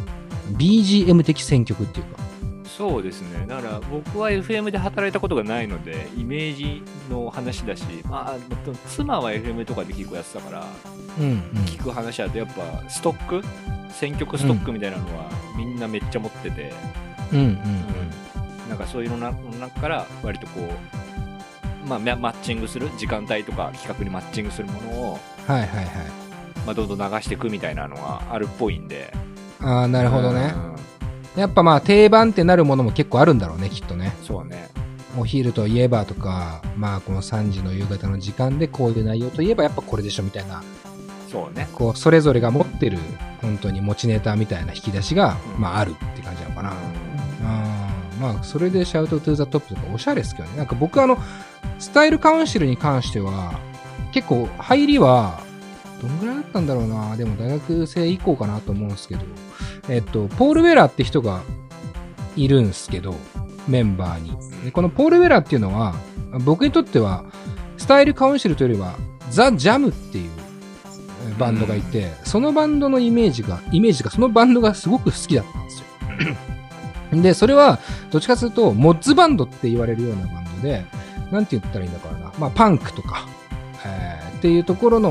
BGM 的選曲っていうか。 そうですね。だから僕は FM で働いたことがないのでイメージの話だし、まあ妻は FM とかで結構やってたから、聞く話だとやっぱストック、選曲ストックみたいなのはみんなめっちゃ持ってて、なんかそういうの中から割とこう、まあ、マッチングする時間帯とか企画にマッチングするものを、まあ、どんどん流していくみたいなのがあるっぽいんで。 ああ、なるほどね。やっぱまあ定番ってなるものも結構あるんだろうね、きっとね。 そうね。 お昼といえばとか、まあこの3時の夕方の時間でこういう内容といえばやっぱこれでしょみたいな。 そうね。 こうそれぞれが持ってる本当に持ちネタみたいな引き出しが、まああるって感じなのかな。まあそれでシャウトトゥーザトップとかおしゃれですけどね。なんか僕スタイルカウンシルに関しては結構入りはどんぐらいだったんだろうな。でも大学生以降かなと思うんですけど、ポール・ウェラーって人がいるんですけど、メンバーに。でこのポール・ウェラーっていうのは僕にとってはスタイルカウンシルというよりはザ・ジャムっていうバンドがいて、そのバンドのイメージがそのバンドがすごく好きだったんですよ。で、それは、どっちかというと、モッズバンドって言われるようなバンドで、なんて言ったらいいんだからな。まあ、パンクとか、っていうところの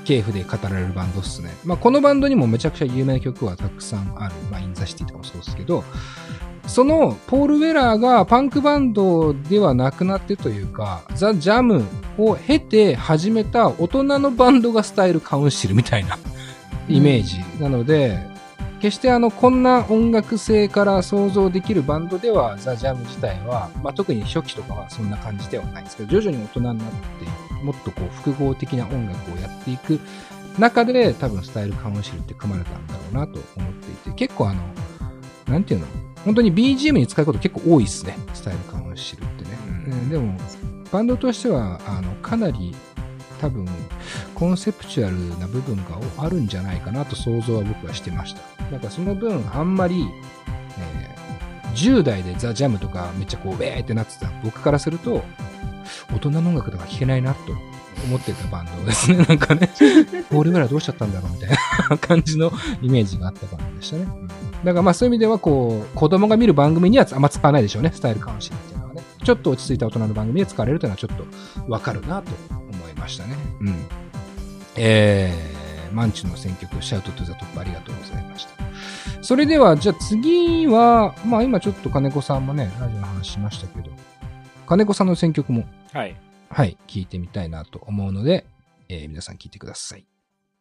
系譜で語られるバンドっすね。まあ、このバンドにもめちゃくちゃ有名な曲はたくさんある。まあ、インザシティとかもそうですけど、そのポール・ウェラーがパンクバンドではなくなってというか、ザ・ジャムを経て始めた大人のバンドがスタイルカウンシルみたいなイメージなので、決してこんな音楽性から想像できるバンドではザ・ジャム自体は、まあ、特に初期とかはそんな感じではないんですけど、徐々に大人になってもっとこう複合的な音楽をやっていく中で多分スタイルカウンシルって組まれたんだろうなと思っていて、結構なんていうの、本当に BGM に使うこと結構多いですね、スタイルカウンシルってね。でもバンドとしてはかなり多分コンセプチュアルな部分があるんじゃないかなと想像は僕はしてました。なんかその分あんまり、10代でザ・ジャムとかめっちゃこうウェーってなってた僕からすると大人の音楽とか聴けないなと思ってたバンドですね。なんかね、ポール・ウェラーどうしちゃったんだろうみたいな感じのイメージがあったバンドでしたね。だからまあそういう意味ではこう子供が見る番組にはあんま使わないでしょうね、スタイルカウンシルっていうのはね。ちょっと落ち着いた大人の番組で使われるというのはちょっとわかるなと思いましたね。マンチュの選曲、シャウトトゥザトップありがとうございました。それでは、じゃあ次は、まあ今ちょっと金子さんもね、ラジオの話しましたけど、金子さんの選曲も、はい、聞いてみたいなと思うので、皆さん聞いてください。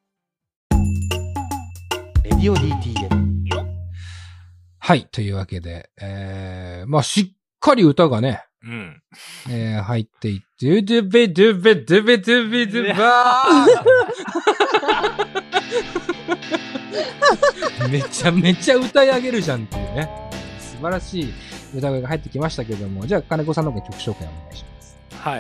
レディオ DTM。 はい、というわけで、まあしっかり歌がね、入っていって、ドゥベドゥベドゥベドゥベドゥバーめちゃめちゃ歌い上げるじゃんっていうね、素晴らしい歌声が入ってきましたけども、じゃあ金子さんの方が曲紹介お願いします。 はい、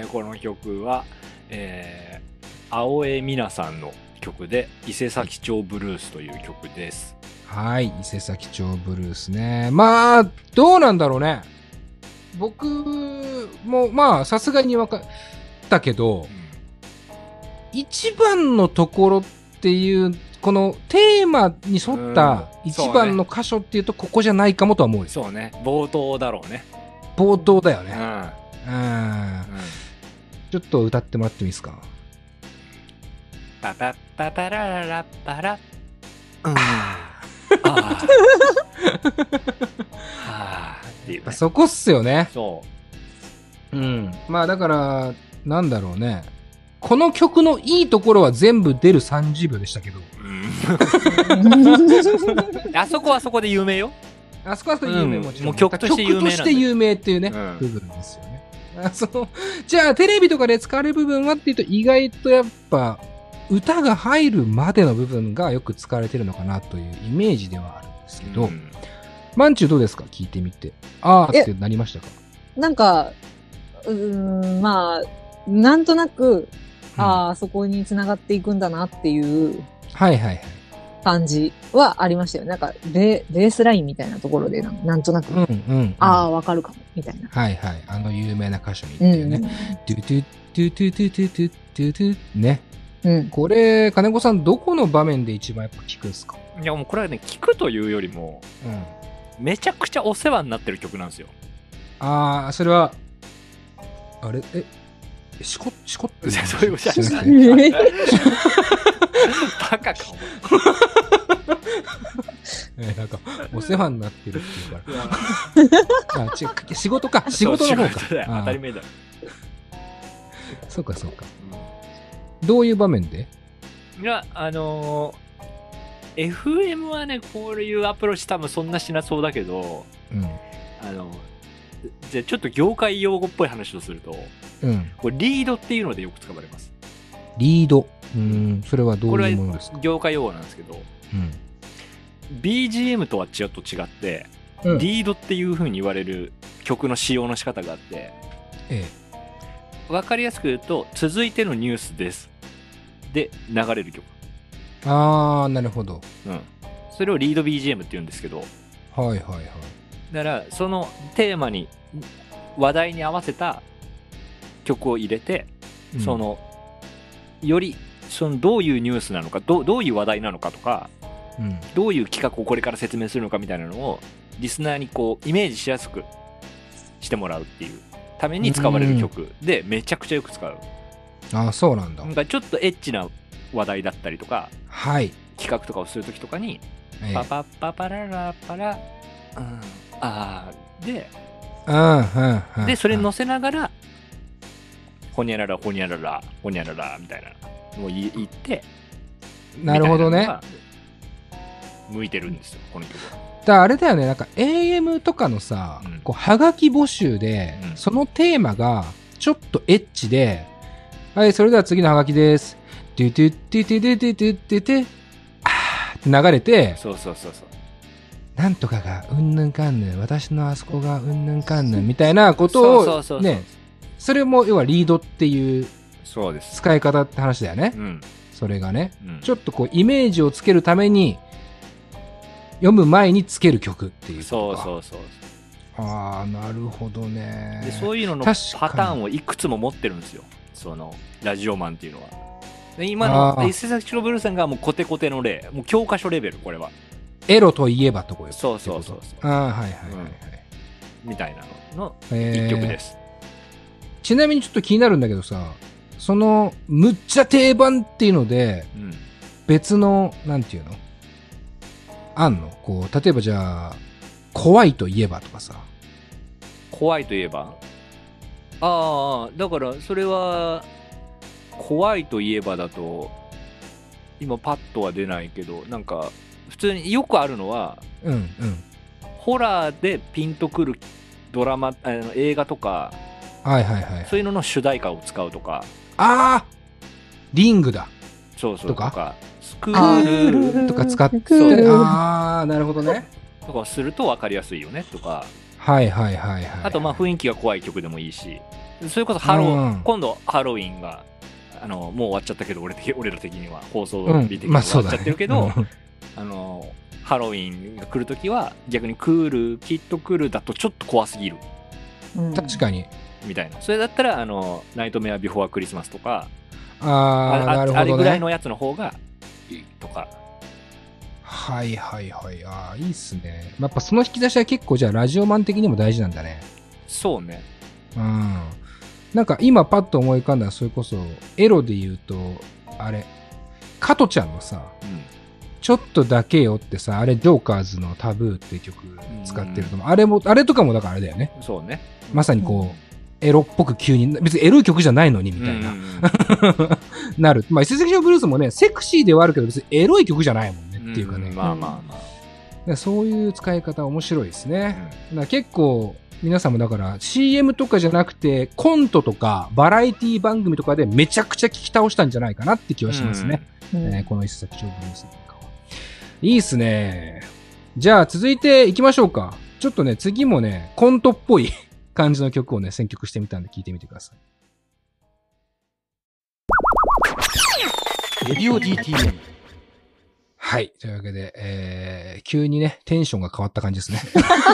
この曲は、青江美奈さんの曲で伊勢崎町ブルースという曲です。 はい、伊勢崎町ブルースね。まあどうなんだろうね。僕もまあさすがに分かったけど、一番のところっていうこのテーマに沿った一番の箇所っていうとここじゃないかもとは思うよ。 そうね、冒頭だろうね。 冒頭だよね。ちょっと歌ってもらってもいいですか。 パパッパパラララッパラそこっすよね。 そう。 まあだからなんだろうね。この曲のいいところは全部出る30秒でしたけど。 あそこはそこで有名よ。 あそこはそこで有名、もちろん。 もう曲として有名なんだ。 曲として有名っていうね、部分ですよね。じゃあテレビとかで使われる部分はっていうと意外とやっぱ歌が入るまでの部分がよく使われてるのかなというイメージではあるんですけど、まんちゅうどうですか、聞いてみて。あーってなりましたか。 なんかまあなんとなく、そこに繋がっていくんだなっていう感じはありましたよ。なんかベースラインみたいなところでなんとなく、わかるかもみたいな。 はいはい、有名な歌手にっていうね。ドゥドゥドゥドゥドゥドゥドゥドゥドゥね。これ金子さんどこの場面で一番やっぱ聞くんですか。 いやもうこれはね、聞くというよりも、めちゃくちゃお世話になってる曲なんですよ。 それはあれしこってそういうことじゃない。バカかお前。なんかお世話になってるっていうから仕事か、仕事の方か。 当たり前だ。 そうか、どういう場面で。 いやFM はね、こういうアプローチ多分そんなしなそうだけど、じゃあちょっと業界用語っぽい話をすると、これリードっていうのでよく使われます。 リード、それはどういうものですか。 これは業界用語なんですけど、BGM とはちょっと違って、リードっていう風に言われる曲の使用の仕方があって、分かりやすく言うと、続いてのニュースですで流れる曲。 なるほど。 それをリード BGM って言うんですけど、だからそのテーマに話題に合わせた曲を入れて、よりどういうニュースなのか、どういう話題なのかとか、どういう企画をこれから説明するのかみたいなのをリスナーにこうイメージしやすくしてもらうっていうために使われる曲で、めちゃくちゃよく使う。 ああ、そうなんだ。 なんかちょっとエッチな話題だったりとか、 はい。 企画とかをするときとかに、パパッパパララパラ、あーで、で、それに載せながら、ほにゃらら、ほにゃらら、ほにゃらら、みたいなのを言って、 なるほどね。 向いてるんですよ、この曲は。 だあれだよね、なんか AM とかのさ、こうはがき募集で、そのテーマがちょっとエッチで、はい、それでは次のはがきです。トゥトゥトゥトゥトゥトゥトゥトゥトゥ、あーって流れて、 そう。 なんとかがうんぬんかんぬん、私のあそこがうんぬんかんぬんみたいなことを、ね、それも要はリードっていう使い方って話だよね。それがね、ちょっとこうイメージをつけるために、読む前につける曲っていうことか。そう。ああ、なるほどね。 でそういうののパターンをいくつも持ってるんですよ。そのラジオマンっていうのは。で今の伊勢崎ブルーさんがもうコテコテの例、もう教科書レベル、これは。 エロといえばとこよ。 そう。 ああ、はい。 みたいなのの一曲です。 ちなみにちょっと気になるんだけどさ、そのむっちゃ定番っていうので、別のなんていうのあんの？こう例えばじゃあ怖いといえばとかさ。 怖いといえば？ああ、だからそれは怖いといえばだと今パッとは出ないけど、なんか普通によくあるのは、ホラーでピンとくるドラマ、映画とか、そういうのの主題歌を使うとか。 ああ、リングだ。 そうとか。 スクールとか使って、ああ、なるほどね。 とかすると分かりやすいよねとか。 あとまあ雰囲気が怖い曲でもいいし、それこそ今度ハロウィンがもう終わっちゃったけど、俺ら的には放送日的には終わっちゃってるけど、ハロウィンが来るときは逆にクール、キッドクールだとちょっと怖すぎる。 確かに。 みたいな。それだったらナイトメアビフォークリスマスとか、 なるほどね、 あれぐらいのやつの方がいいとか。 ああ、いいっすね。やっぱその引き出しは結構じゃあラジオマン的にも大事なんだね。 そうね。 なんか今パッと思い浮かんだら、それこそエロで言うとあれ加トちゃんのさ、ちょっとだけよってさ、あれジョーカーズのタブーっていう曲使ってると思う。あれとかもだからあれだよね。 そうね。 まさにこう、エロっぽく急に、別にエロい曲じゃないのにみたいな、なる。まあ伊勢崎ブルースもね、セクシーではあるけど別にエロい曲じゃないもんねっていうかね。そういう使い方面白いですね。だから結構皆さんもだから CM とかじゃなくてコントとかバラエティ番組とかでめちゃくちゃ聞き倒したんじゃないかなって気はしますね。この伊勢崎ブルースなんかは。いいっすね。じゃあ続いていきましょうか。ちょっとね、次もね、コントっぽい感じの曲をね、選曲してみたんで聞いてみてください。レディオ DTM。 はい。というわけで、急にね、テンションが変わった感じですね。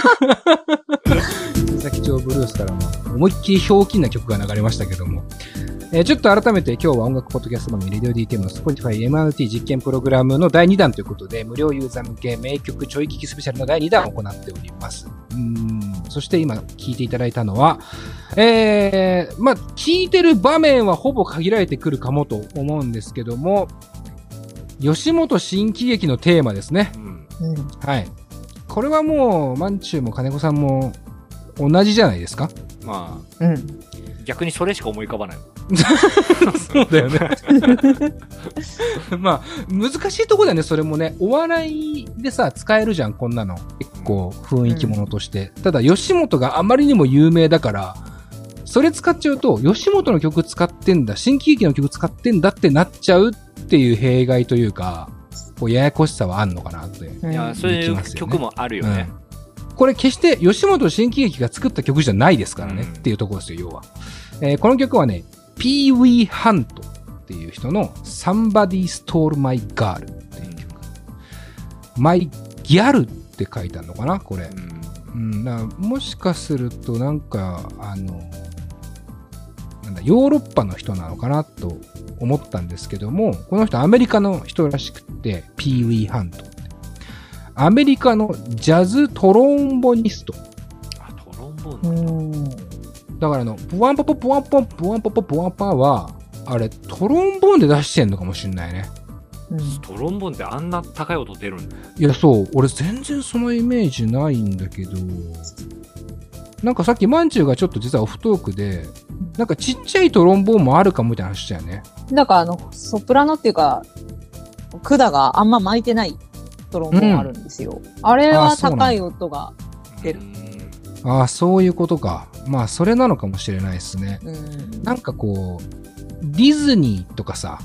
伊勢崎町ブルースからも思いっきりひょうきんな曲が流れましたけども、ちょっと改めて今日は音楽ポッドキャスト番組レディオ DTM の Spotify MRT 実験プログラムの第2弾ということで、無料ユーザー向け名曲ちょい聞きスペシャルの第2弾を行っております。そして今聞いていただいたのは、まあ、聞いてる場面はほぼ限られてくるかもと思うんですけども、吉本新喜劇のテーマですね。はい。これはもう、まんちゅうも金子さんも同じじゃないですか？ まあ、逆にそれしか思い浮かばない。 そうだよね。まあ、難しいところだよね、それもね。お笑いでさ、使えるじゃん、こんなの。結構雰囲気ものとして。ただ、吉本があまりにも有名だから、それ使っちゃうと、吉本の曲使ってんだ、新喜劇の曲使ってんだってなっちゃうっていう弊害というか、こうややこしさはあんのかなって。 いや、そういう曲もあるよね。 これ決して吉本新喜劇が作った曲じゃないですからね、っていうところですよ、要は。この曲はね、ピーウィーハントっていう人の Somebody Stole My Girl っていう曲。My Girl って書いてあるのかな、これ。だからもしかするとなんかヨーロッパの人なのかなと思ったんですけども、この人アメリカの人らしくて、ピーウィーハントって。アメリカのジャズトロンボニスト。 あ、トロンボーン。 だからブワンポポブワンポンブワンポポブワンパーは、 あれトロンボーンで出してんのかもしんないね。 トロンボーンってあんな高い音出るんだ。 いや、そう、俺全然そのイメージないんだけど、なんかさっきまんちゅうがちょっと実はオフトークで、なんかちっちゃいトロンボーンもあるかもみたいな話したよね。 なんかソプラノっていうか、管があんま巻いてないトロンボーンあるんですよ。あれは高い音が出る。 ああ、そういうことか。まあ、それなのかもしれないですね。なんかこう、ディズニーとかさ、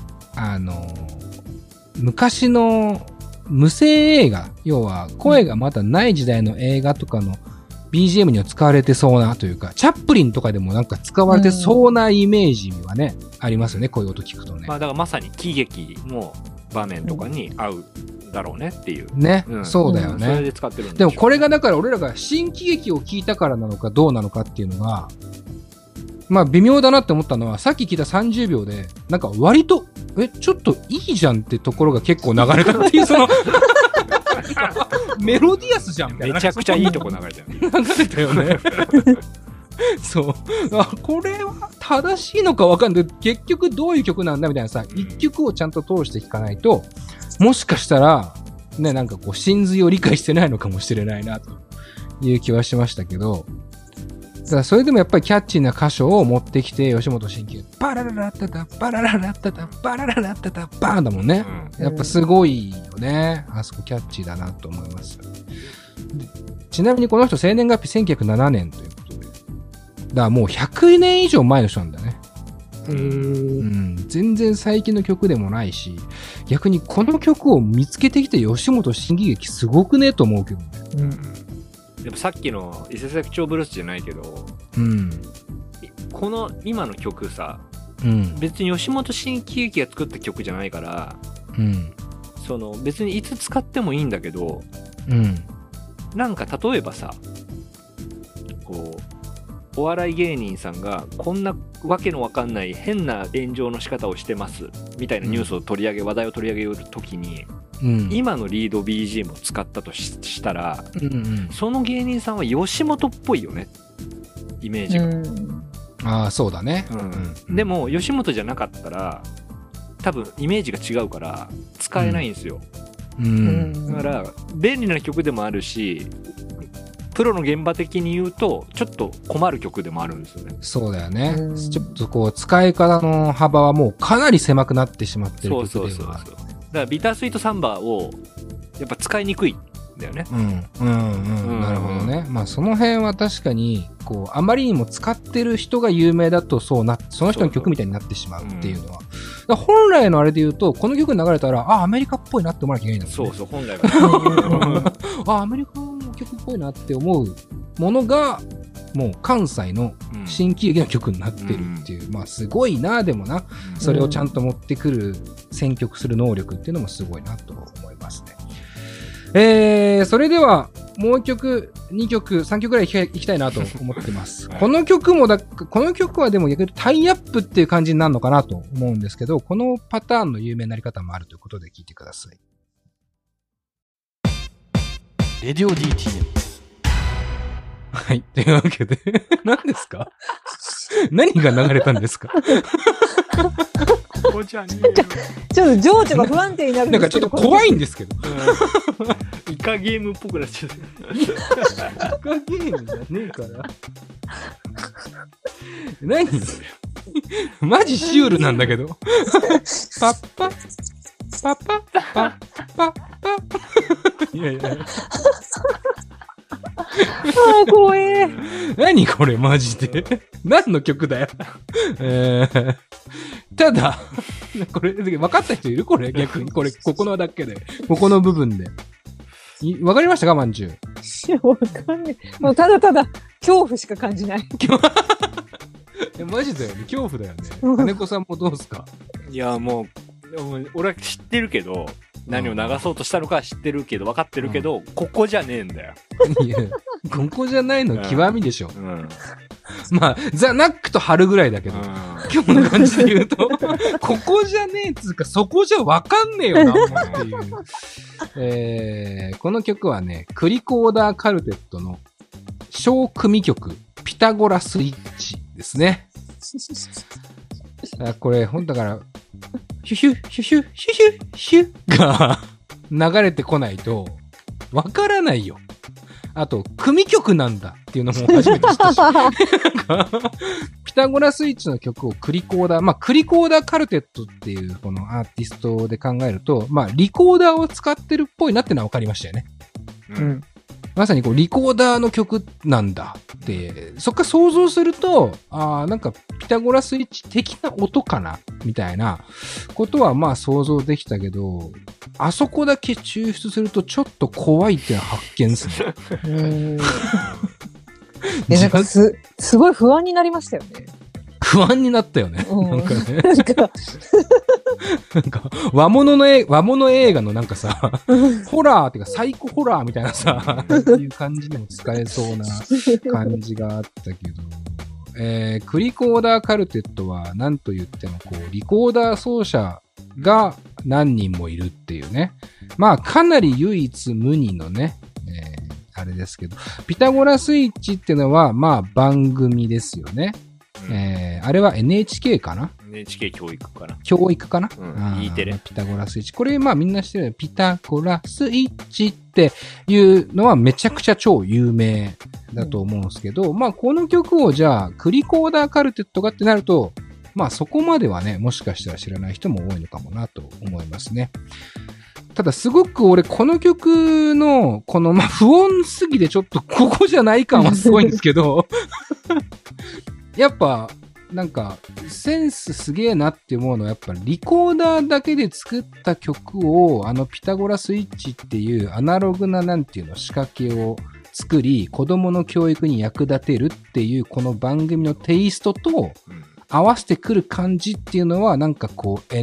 昔の無声映画、要は声がまだない時代の映画とかの BGM には使われてそうなというか、チャップリンとかでもなんか使われてそうなイメージはね、ありますよね、こういう音聞くとね。 まあだからまさに喜劇の場面とかに合うだろうねっていう。 ね、そうだよね。 それで使ってるんでもこれがだから俺らが新喜劇を聞いたからなのかどうなのかっていうのが、まあ微妙だなって思ったのは、さっき聞いた30秒で、なんか割と、ちょっといいじゃんってところが結構流れたっていう、その、メロディアスじゃんみたいな。 めちゃくちゃいいとこ流れたよね。 流れたよね。そう。これは正しいのかわかんない。結局どういう曲なんだみたいなさ、一曲をちゃんと通して聴かないと、もしかしたら、ね、なんかこう、真髄を理解してないのかもしれないな、という気はしましたけど、だからそれでもやっぱりキャッチーな箇所を持ってきて、吉本新喜劇、バラララッタタ、バラララッタタ、バラララッタタ、バーンだもんね。やっぱすごいよね。あそこキャッチーだなと思います。ちなみにこの人生年月日1907年ということで。だからもう100年以上前の人なんだね。全然最近の曲でもないし、逆にこの曲を見つけてきて吉本新喜劇すごくねと思うけどね。 でもさっきの伊勢崎町ブルースじゃないけど、この今の曲さ、別に吉本新喜劇が作った曲じゃないから、その別にいつ使ってもいいんだけど、なんか例えばさ、こうお笑い芸人さんがこんなわけのわかんない変な炎上の仕方をしてますみたいなニュースを取り上げ、話題を取り上げるときに、今のリード BGM を使ったとしたら、その芸人さんは吉本っぽいよね、イメージが。 ああ、そうだね。 でも吉本じゃなかったら多分イメージが違うから使えないんですよ。だから便利な曲でもあるし、プロの現場的に言うとちょっと困る曲でもあるんですよね。 そうだよね。ちょっとこう使い方の幅はもうかなり狭くなってしまってる曲ではある。そう。だからビタースイートサンバをやっぱ使いにくいんだよね。 なるほどね。まあその辺は確かにこうあまりにも使ってる人が有名だとその人の曲みたいになってしまうっていうのは。本来のあれで言うとこの曲流れたらアメリカっぽいなって思わなきゃいけないんだもんね。 そう本来は。 アメリカの曲っぽいなって思うものがもう関西の新喜劇の曲になってるっていう、まあすごいな。でもな、それをちゃんと持ってくる選曲する能力っていうのもすごいなと思いますね。それではもう1曲2曲3曲ぐらいいきたいなと思ってます。この曲はでも逆にタイアップっていう感じになるのかなと思うんですけど、このパターンの有名なり方もあるということで聞いてください。 レディオ DTM。 はい。というわけで、何ですか？何が流れたんですか？ ちょっと情緒が不安定になるんですけど。 なんかちょっと怖いんですけど。 イカゲームっぽくなっちゃう。 イカゲームじゃねえから。何？マジシュールなんだけど。パッパパッパパッパッパ。いや。 怖え。 何これマジで。何の曲だよ。ただ、これ、分かった人いるこれ逆に。ここのだけで。ここの部分で。分かりましたかまんじゅう。 いや、分かんない。もうただただ、恐怖しか感じない。 マジだよね。恐怖だよね。金子さんもどうすか？ いや、もう、俺は知ってるけど、何を流そうとしたのかは知ってるけど、分かってるけど、ここじゃねえんだよ。 いや、ここじゃないの極みでしょ。まあ、ザ・ナックと春ぐらいだけど、今日の感じで言うと、ここじゃねえっつうか、そこじゃ分かんねえよな、っていう。この曲はね、クリコーダーカルテットの小組曲、ピタゴラスイッチですね。 これ、だから、ヒュヒュ、ヒュヒュ、ヒュヒュ、ヒュが流れてこないと、わからないよ。あと、組曲なんだっていうのも初めて知ったし。ピタゴラスイッチの曲をクリコーダー、クリコーダーカルテットっていうこのアーティストで考えると、リコーダーを使ってるっぽいなってのは分かりましたよね。うん。まさにリコーダーの曲なんだって、そっから想像すると、なんかピタゴラスイッチ的な音かなみたいなことは想像できたけど、あそこだけ抽出するとちょっと怖いっていうのは発見ですね。 なんかすごい不安になりましたよね。 不安になったよね。なんかね。なんか和物映画のなんかさ、ホラーっていうかサイコホラーみたいなさ、そういう感じでも使えそうな感じがあったけど、クリコーダーカルテットは何と言ってもリコーダー奏者が何人もいるっていうね。かなり唯一無二のね、あれですけど、ピタゴラスイッチっていうのは番組ですよね。あれは NHK かな？ NHK 教育かな？ 教育かな？ E テレ。 ピタゴラスイッチ。これみんな知ってるピタゴラスイッチっていうのはめちゃくちゃ超有名だと思うんですけど、この曲をじゃあクリコーダーカルテットがってなると、そこまではね、もしかしたら知らない人も多いのかもなと思いますね。ただすごく俺この曲のこの不穏すぎてちょっとここじゃない感はすごいんですけどやっぱなんかセンスすげえなって思うのはやっぱリコーダーだけで作った曲をピタゴラスイッチっていうアナログななんていうの仕掛けを作り子供の教育に役立てるっていうこの番組のテイストと合わせてくる感じっていうのはなんか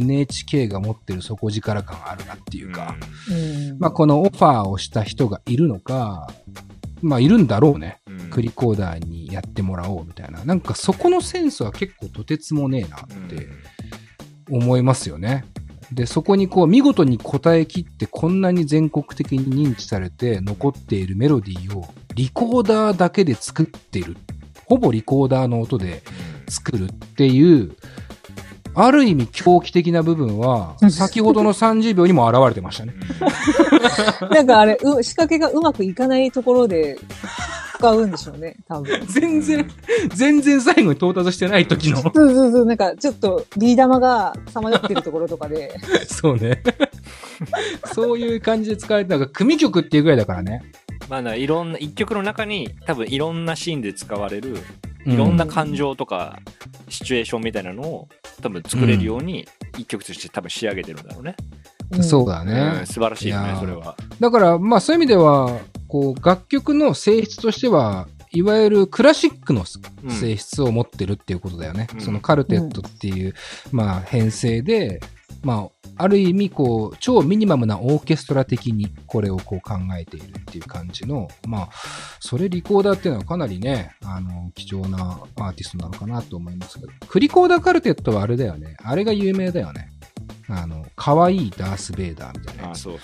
NHK が持ってる底力感があるなっていうか、このオファーをした人がいるのか、いるんだろうね。クリコーダーにやってもらおうみたいな。なんかそこのセンスは結構とてつもねえなって思いますよね。で、そこに見事に応えきってこんなに全国的に認知されて残っているメロディーをリコーダーだけで作ってる。ほぼリコーダーの音で作るっていう、ある意味狂気的な部分は、先ほどの30秒にも現れてましたね。 なんかあれ、仕掛けがうまくいかないところで使うんでしょうね、多分。 全然最後に到達してない時の。 そう、なんかちょっとビー玉がさまよってるところとかで。 そうね。そういう感じで使われて、なんか組曲っていうぐらいだからね。 いろんな、一曲の中に多分いろんなシーンで使われる、いろんな感情とか、シチュエーションみたいなのを多分作れるように一曲として多分仕上げてるんだろうね。 そうだね。 素晴らしいよね、それは。 だからそういう意味では楽曲の性質としてはいわゆるクラシックの性質を持ってるっていうことだよね。そのカルテットっていう編成である意味超ミニマムなオーケストラ的にこれを考えているっていう感じのそれリコーダーっていうのはかなりね貴重なアーティストなのかなと思いますけど、クリコーダーカルテットはあれだよね。あれが有名だよね。可愛いダース・ベイダーみたいなやつ。 そう。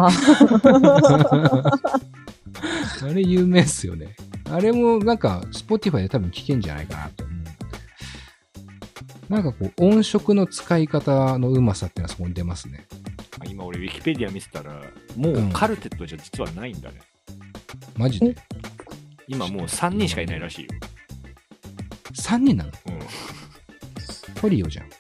あれ有名っすよね。あれもなんか Spotify で多分聴けんじゃないかなと思うので、なんか音色の使い方のうまさっていうのはそこに出ますね。 今俺ウィキペディア見てたらもうカルテットじゃ実はないんだね。 マジで？ 今もう3人しかいないらしいよ。 3人なの？トリオじゃん。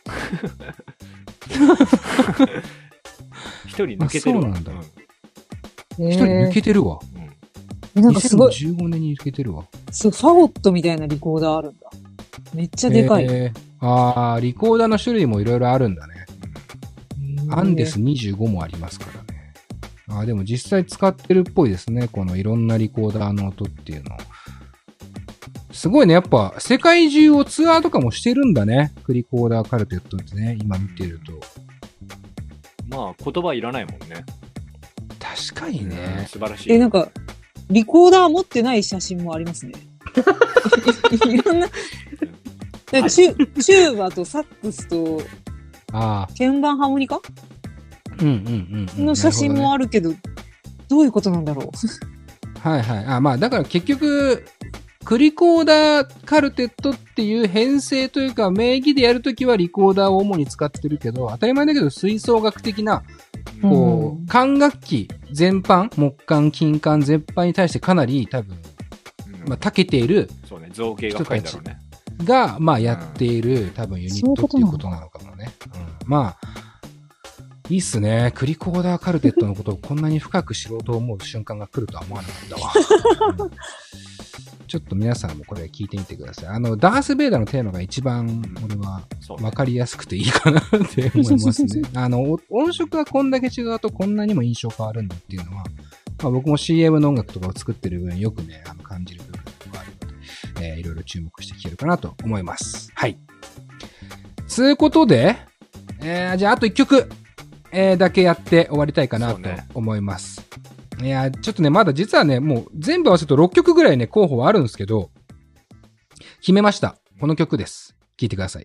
一人抜けてるわ。 そうなんだ。一人抜けてるわ。 なんかすごい。 2015年に抜けてるわ。 ファゴットみたいなリコーダーあるんだ。めっちゃでかい。 リコーダーの種類もいろいろあるんだね。アンデス25もありますからね。でも実際使ってるっぽいですね。このいろんなリコーダーの音っていうの。すごいね。やっぱ世界中をツアーとかもしてるんだね。クリコーダーカルテットってね。今見てると。 言葉いらないもんね。 確かにね。 素晴らしい。 なんか、リコーダー持ってない写真もありますね。いろんな。チューバとサックスと、鍵盤ハーモニカの写真もあるけど、どういうことなんだろう。 はいはい。だから結局、 クリコーダーカルテットっていう編成というか、名義でやるときはリコーダーを主に使ってるけど、当たり前だけど吹奏楽的な、こう、管楽器全般、木管、金管全般に対してかなり多分、まあ、長けているそうね、造形が深いんだろうね。 が、まあ、やっている、多分ユニットっていうことなのかもね。まあ、いいっすね。クリコーダーカルテットのことをこんなに深く知ろうと思う瞬間が来るとは思わなかったわ。ちょっと皆さんもこれ聞いてみてください。ダース・ベイダーのテーマが一番俺は分かりやすくていいかなって思いますね。音色がこんだけ違うとこんなにも印象変わるんだっていうのは、まあ、僕も CM の音楽とかを作ってる分よくね、感じる部分があるので、いろいろ注目して聞けるかなと思います。はい。つうことで、じゃああと1曲、だけやって終わりたいかなと思います。いや、ちょっとね、まだ実はね、もう全部合わせると6曲ぐらいね、候補はあるんですけど、決めました。この曲です。聴いてください。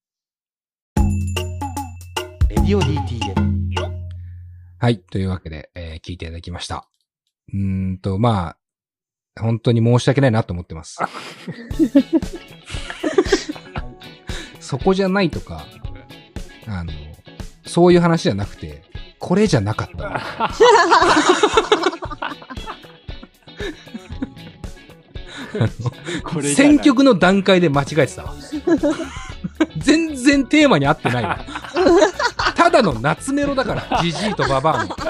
レディオ DTM。 はい。というわけで、聴いていただきました。まあ、本当に申し訳ないなと思ってます。そこじゃないとか、そういう話じゃなくて、これじゃなかったわ。選曲の段階で間違えてたわ。全然テーマに合ってないわ。ただの夏メロだから、ジジイとババアの。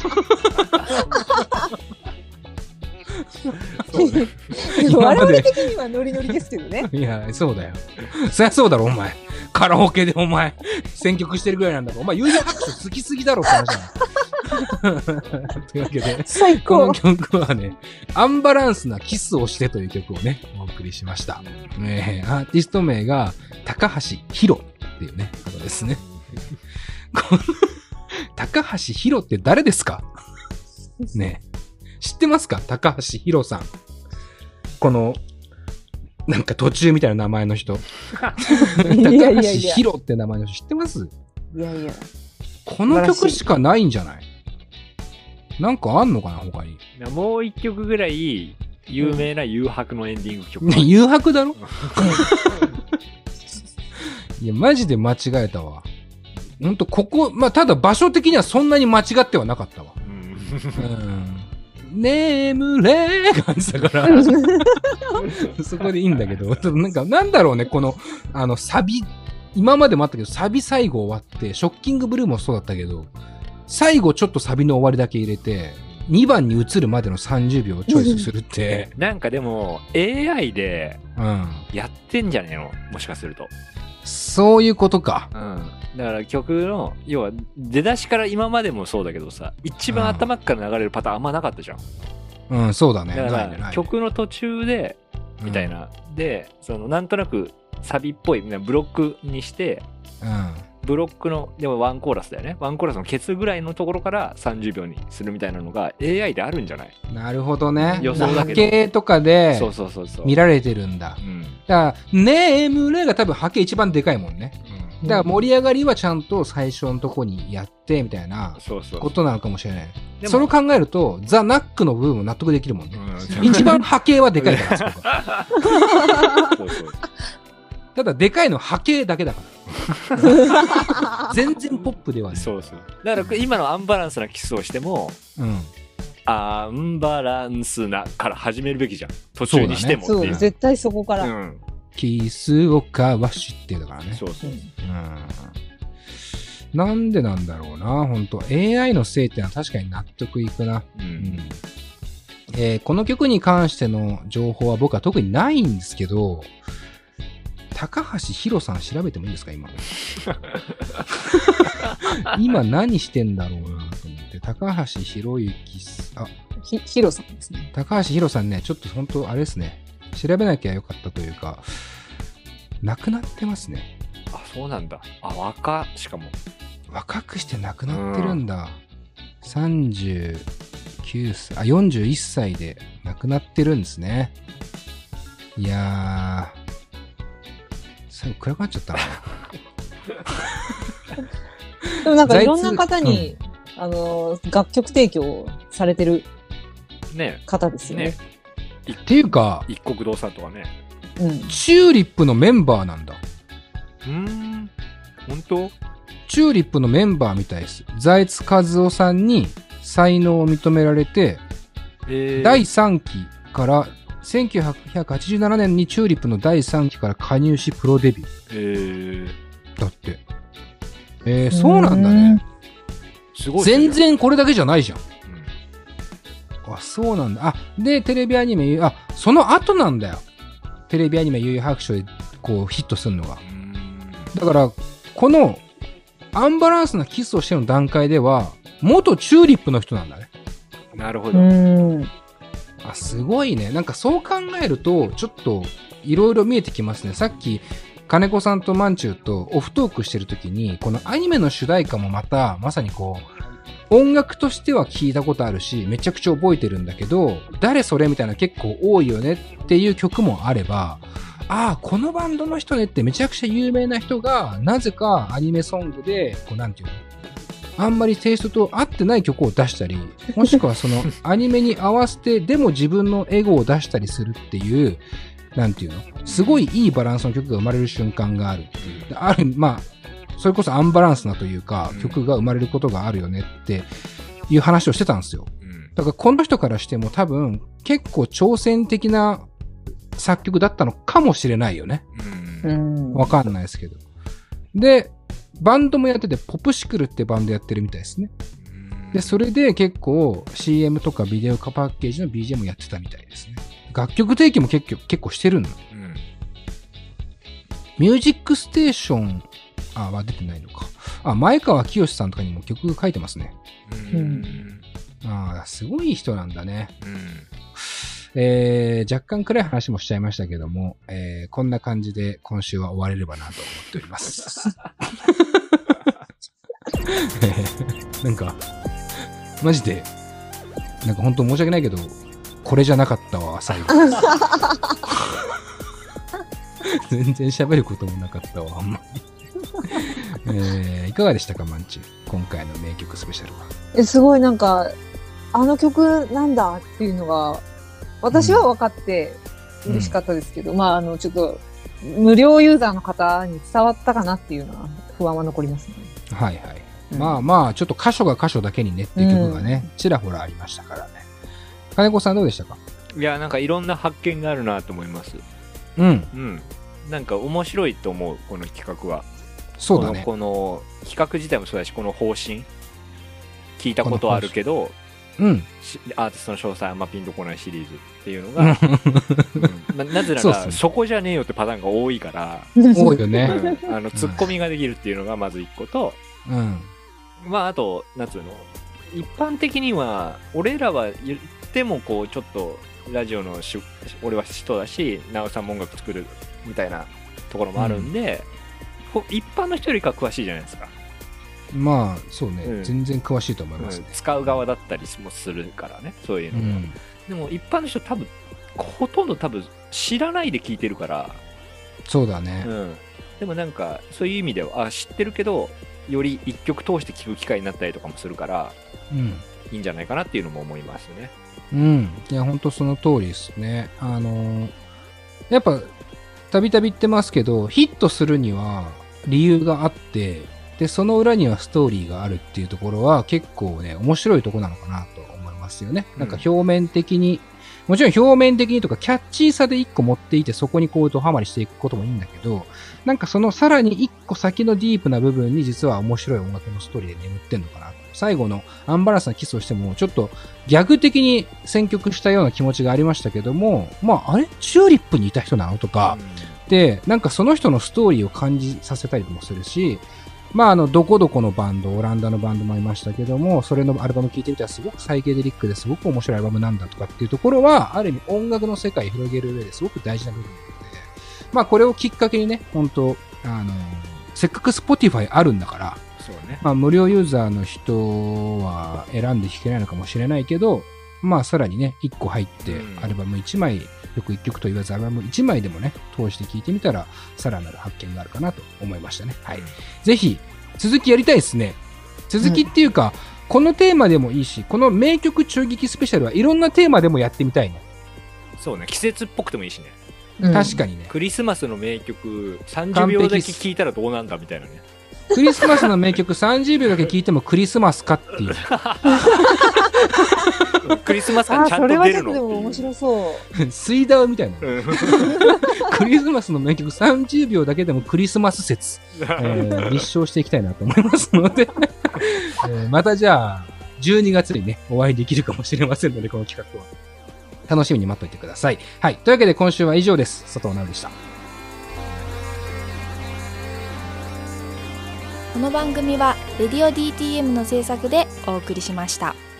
我々的にはノリノリですけどね。 いや、そうだよ。そりゃそうだろ、お前。カラオケでお前、選曲してるぐらいなんだろ。お前、悠々白書好きすぎだろって話だ。というわけで、 最高。 この曲はね、アンバランスなキスをしてという曲をね、お送りしました。アーティスト名が、高橋宏っていうね、ことですね。この高橋宏って誰ですかねえ。知ってますか？高橋宏さん。この、なんか途中みたいな名前の人。高橋宏って名前の人知ってます？ いやいや。 この曲しかないんじゃない？なんかあんのかな他に。 もう一曲ぐらい有名な誘白のエンディング曲。 ね、誘白だろいや、マジで間違えたわ。ほんと、ここ、まあ、ただ場所的にはそんなに間違ってはなかったわ。眠れー感じだから。そこでいいんだけど、なんだろうね、この、サビ、今までもあったけど、サビ最後終わって、ショッキングブルーもそうだったけど、最後ちょっとサビの終わりだけ入れて、2番に移るまでの30秒をチョイスするって。 なんかでも、AI で、やってんじゃねえの？もしかすると。 そういうことか。 だから曲の、要は出だしから今までもそうだけどさ、一番頭から流れるパターンあんまなかったじゃん。 そうだね。 だから曲の途中で、みたいな。で、なんとなくサビっぽいみたいなブロックにして、ブロックの、でもワンコーラスだよね。ワンコーラスのケツぐらいのところから30秒にするみたいなのが AI であるんじゃない？なるほどね。 予想だけど。 波形とかで見られてるんだ。だから、眠れが多分波形一番でかいもんね。だから盛り上がりはちゃんと最初のとこにやってみたいなことなのかもしれない。それを考えると、ザ・ナックの部分も納得できるもんね。一番波形はでかいから、そこが。ただ、でかいの波形だけだから。全然ポップではない。 そうそう。だから今のアンバランスなキスをしても、アンバランスなから始めるべきじゃん。途中にしてもっていう。 そう、絶対そこから。 キスを交わしてだからね。 そうそう。 なんでなんだろうな、本当 AI のせいってのは確かに納得いくな。この曲に関しての情報は僕は特にないんですけど、高橋宏さん調べてもいいですか今。今何してんだろうなと思って。高橋宏之さん。 宏さんですね。 高橋宏さんね、ちょっと本当あれですね。調べなきゃよかったというか、亡くなってますね。 あ、そうなんだ。しかも。 若くして亡くなってるんだ。39歳、41歳で亡くなってるんですね。いやー、最後暗くなっちゃったな。 でもなんかいろんな方に、楽曲提供されてる方ですよね。 っていうか、 一国堂さんとかね。 チューリップのメンバーなんだ。 本当？ チューリップのメンバーみたいです。財津和夫さんに才能を認められて、第3期から1987年にチューリップの第3期から加入しプロデビュー。だって。そうなんだね。 すごい。 全然これだけじゃないじゃん。あ、そうなんだ。あ、で、テレビアニメ、その後なんだよ。テレビアニメ悠々白書でこうヒットするのが。だから、このアンバランスなキスをしての段階では、元チューリップの人なんだね。 なるほど。 あ、すごいね。なんかそう考えると、ちょっといろいろ見えてきますね。さっき、金子さんとまんちゅうとオフトークしてるときに、このアニメの主題歌もまた、まさにこう、音楽としては聞いたことあるし、めちゃくちゃ覚えてるんだけど、誰それみたいな結構多いよねっていう曲もあれば、ああ、このバンドの人ねってめちゃくちゃ有名な人が、なぜかアニメソングで、こうなんていうの、あんまりテイストと合ってない曲を出したり、もしくはそのアニメに合わせて、でも自分のエゴを出したりするっていう、なんていうの、すごいいいバランスの曲が生まれる瞬間があるっていう。ある、まあ、それこそアンバランスなというか、曲が生まれることがあるよねっていう話をしてたんですよ。だからこの人からしても多分結構挑戦的な作曲だったのかもしれないよね。わかんないですけど。で、バンドもやってて、ポプシクルってバンドやってるみたいですね。で、それで結構 CM とかビデオ化パッケージの BGM やってたみたいですね。楽曲提供も結構してるの。ミュージックステーション、は出てないのか。前川清さんとかにも曲書いてますね。すごい人なんだね。若干暗い話もしちゃいましたけども、こんな感じで今週は終われればなと思っております。なんか、マジで、なんか本当申し訳ないけど、これじゃなかったわ、最後。全然喋ることもなかったわ、あんまり。いかがでしたか、まんちゅう。今回の名曲スペシャルは。 すごいなんか、あの曲なんだっていうのが、私は分かって嬉しかったですけど、ちょっと、無料ユーザーの方に伝わったかなっていうのは不安は残りますね。 はいはい。ちょっと箇所が箇所だけにねっていう曲がね、ちらほらありましたからね。金子さんどうでしたか？ いや、なんかいろんな発見があるなと思います。なんか面白いと思う、この企画は。 そうだね。 この企画自体もそうだし、この方針聞いたことあるけど、アーティストの詳細あんまピンとこないシリーズっていうのが、なぜならそこじゃねえよってパターンが多いから、 多いよね。 ツッコミができるっていうのがまず一個と、あと、なんつうの、一般的には、俺らは言ってもこう、ちょっと、ラジオの俺は人だし、直さんも音楽作るみたいなところもあるんで、一般の人よりか詳しいじゃないですか。 そうね、全然詳しいと思いますね。 使う側だったりもするからね、そういうのが。でも一般の人多分、ほとんど多分知らないで聞いてるから。 そうだね。 でもなんか、そういう意味では、知ってるけど、より一曲通して聞く機会になったりとかもするから、いいんじゃないかなっていうのも思いますね。 いや、本当その通りですね。やっぱ、たびたび言ってますけど、ヒットするには理由があって、で、その裏にはストーリーがあるっていうところは結構ね、面白いとこなのかなと思いますよね。なんか表面的に、もちろん表面的にとかキャッチーさで一個持っていてそこにこうドハマりしていくこともいいんだけど、なんかそのさらに一個先のディープな部分に実は面白い音楽のストーリーで眠ってんのかなと。最後のアンバランスなキスをしてもちょっと逆的に選曲したような気持ちがありましたけども、あれチューリップにいた人なのとか、で、なんかその人のストーリーを感じさせたりもするし、どこどこのバンド、オランダのバンドもありましたけども、それのアルバム聴いてみたらすごくサイケデリックですごく面白いアルバムなんだとかっていうところは、ある意味音楽の世界を広げる上ですごく大事な部分なので、これをきっかけにね、本当せっかく Spotify あるんだから、 そうね。 無料ユーザーの人は選んで弾けないのかもしれないけど、さらにね、1個入って、アルバム1枚、よく1曲と言わずアルバム1枚でもね、通して聴いてみたら、さらなる発見があるかなと思いましたね。はい。ぜひ、続きやりたいですね。続きっていうか、このテーマでもいいし、この名曲中撃スペシャルはいろんなテーマでもやってみたいね。 そうね、季節っぽくてもいいしね。 確かにね。 クリスマスの名曲30秒だけ聴いたらどうなんだみたいなね。 クリスマスの名曲30秒だけ聴いてもクリスマスかっていう。 クリスマス感ちゃんと出るの。それはちょっとでも面白そう。 水ダウみたいな。クリスマスの名曲30秒だけでもクリスマス説、立証していきたいなと思いますので、またじゃあ12月にねお会いできるかもしれませんので、この企画は楽しみに待っといてください。はい。というわけで今週は以上です。佐藤直でした。 この番組はレディオ DTM の制作でお送りしました。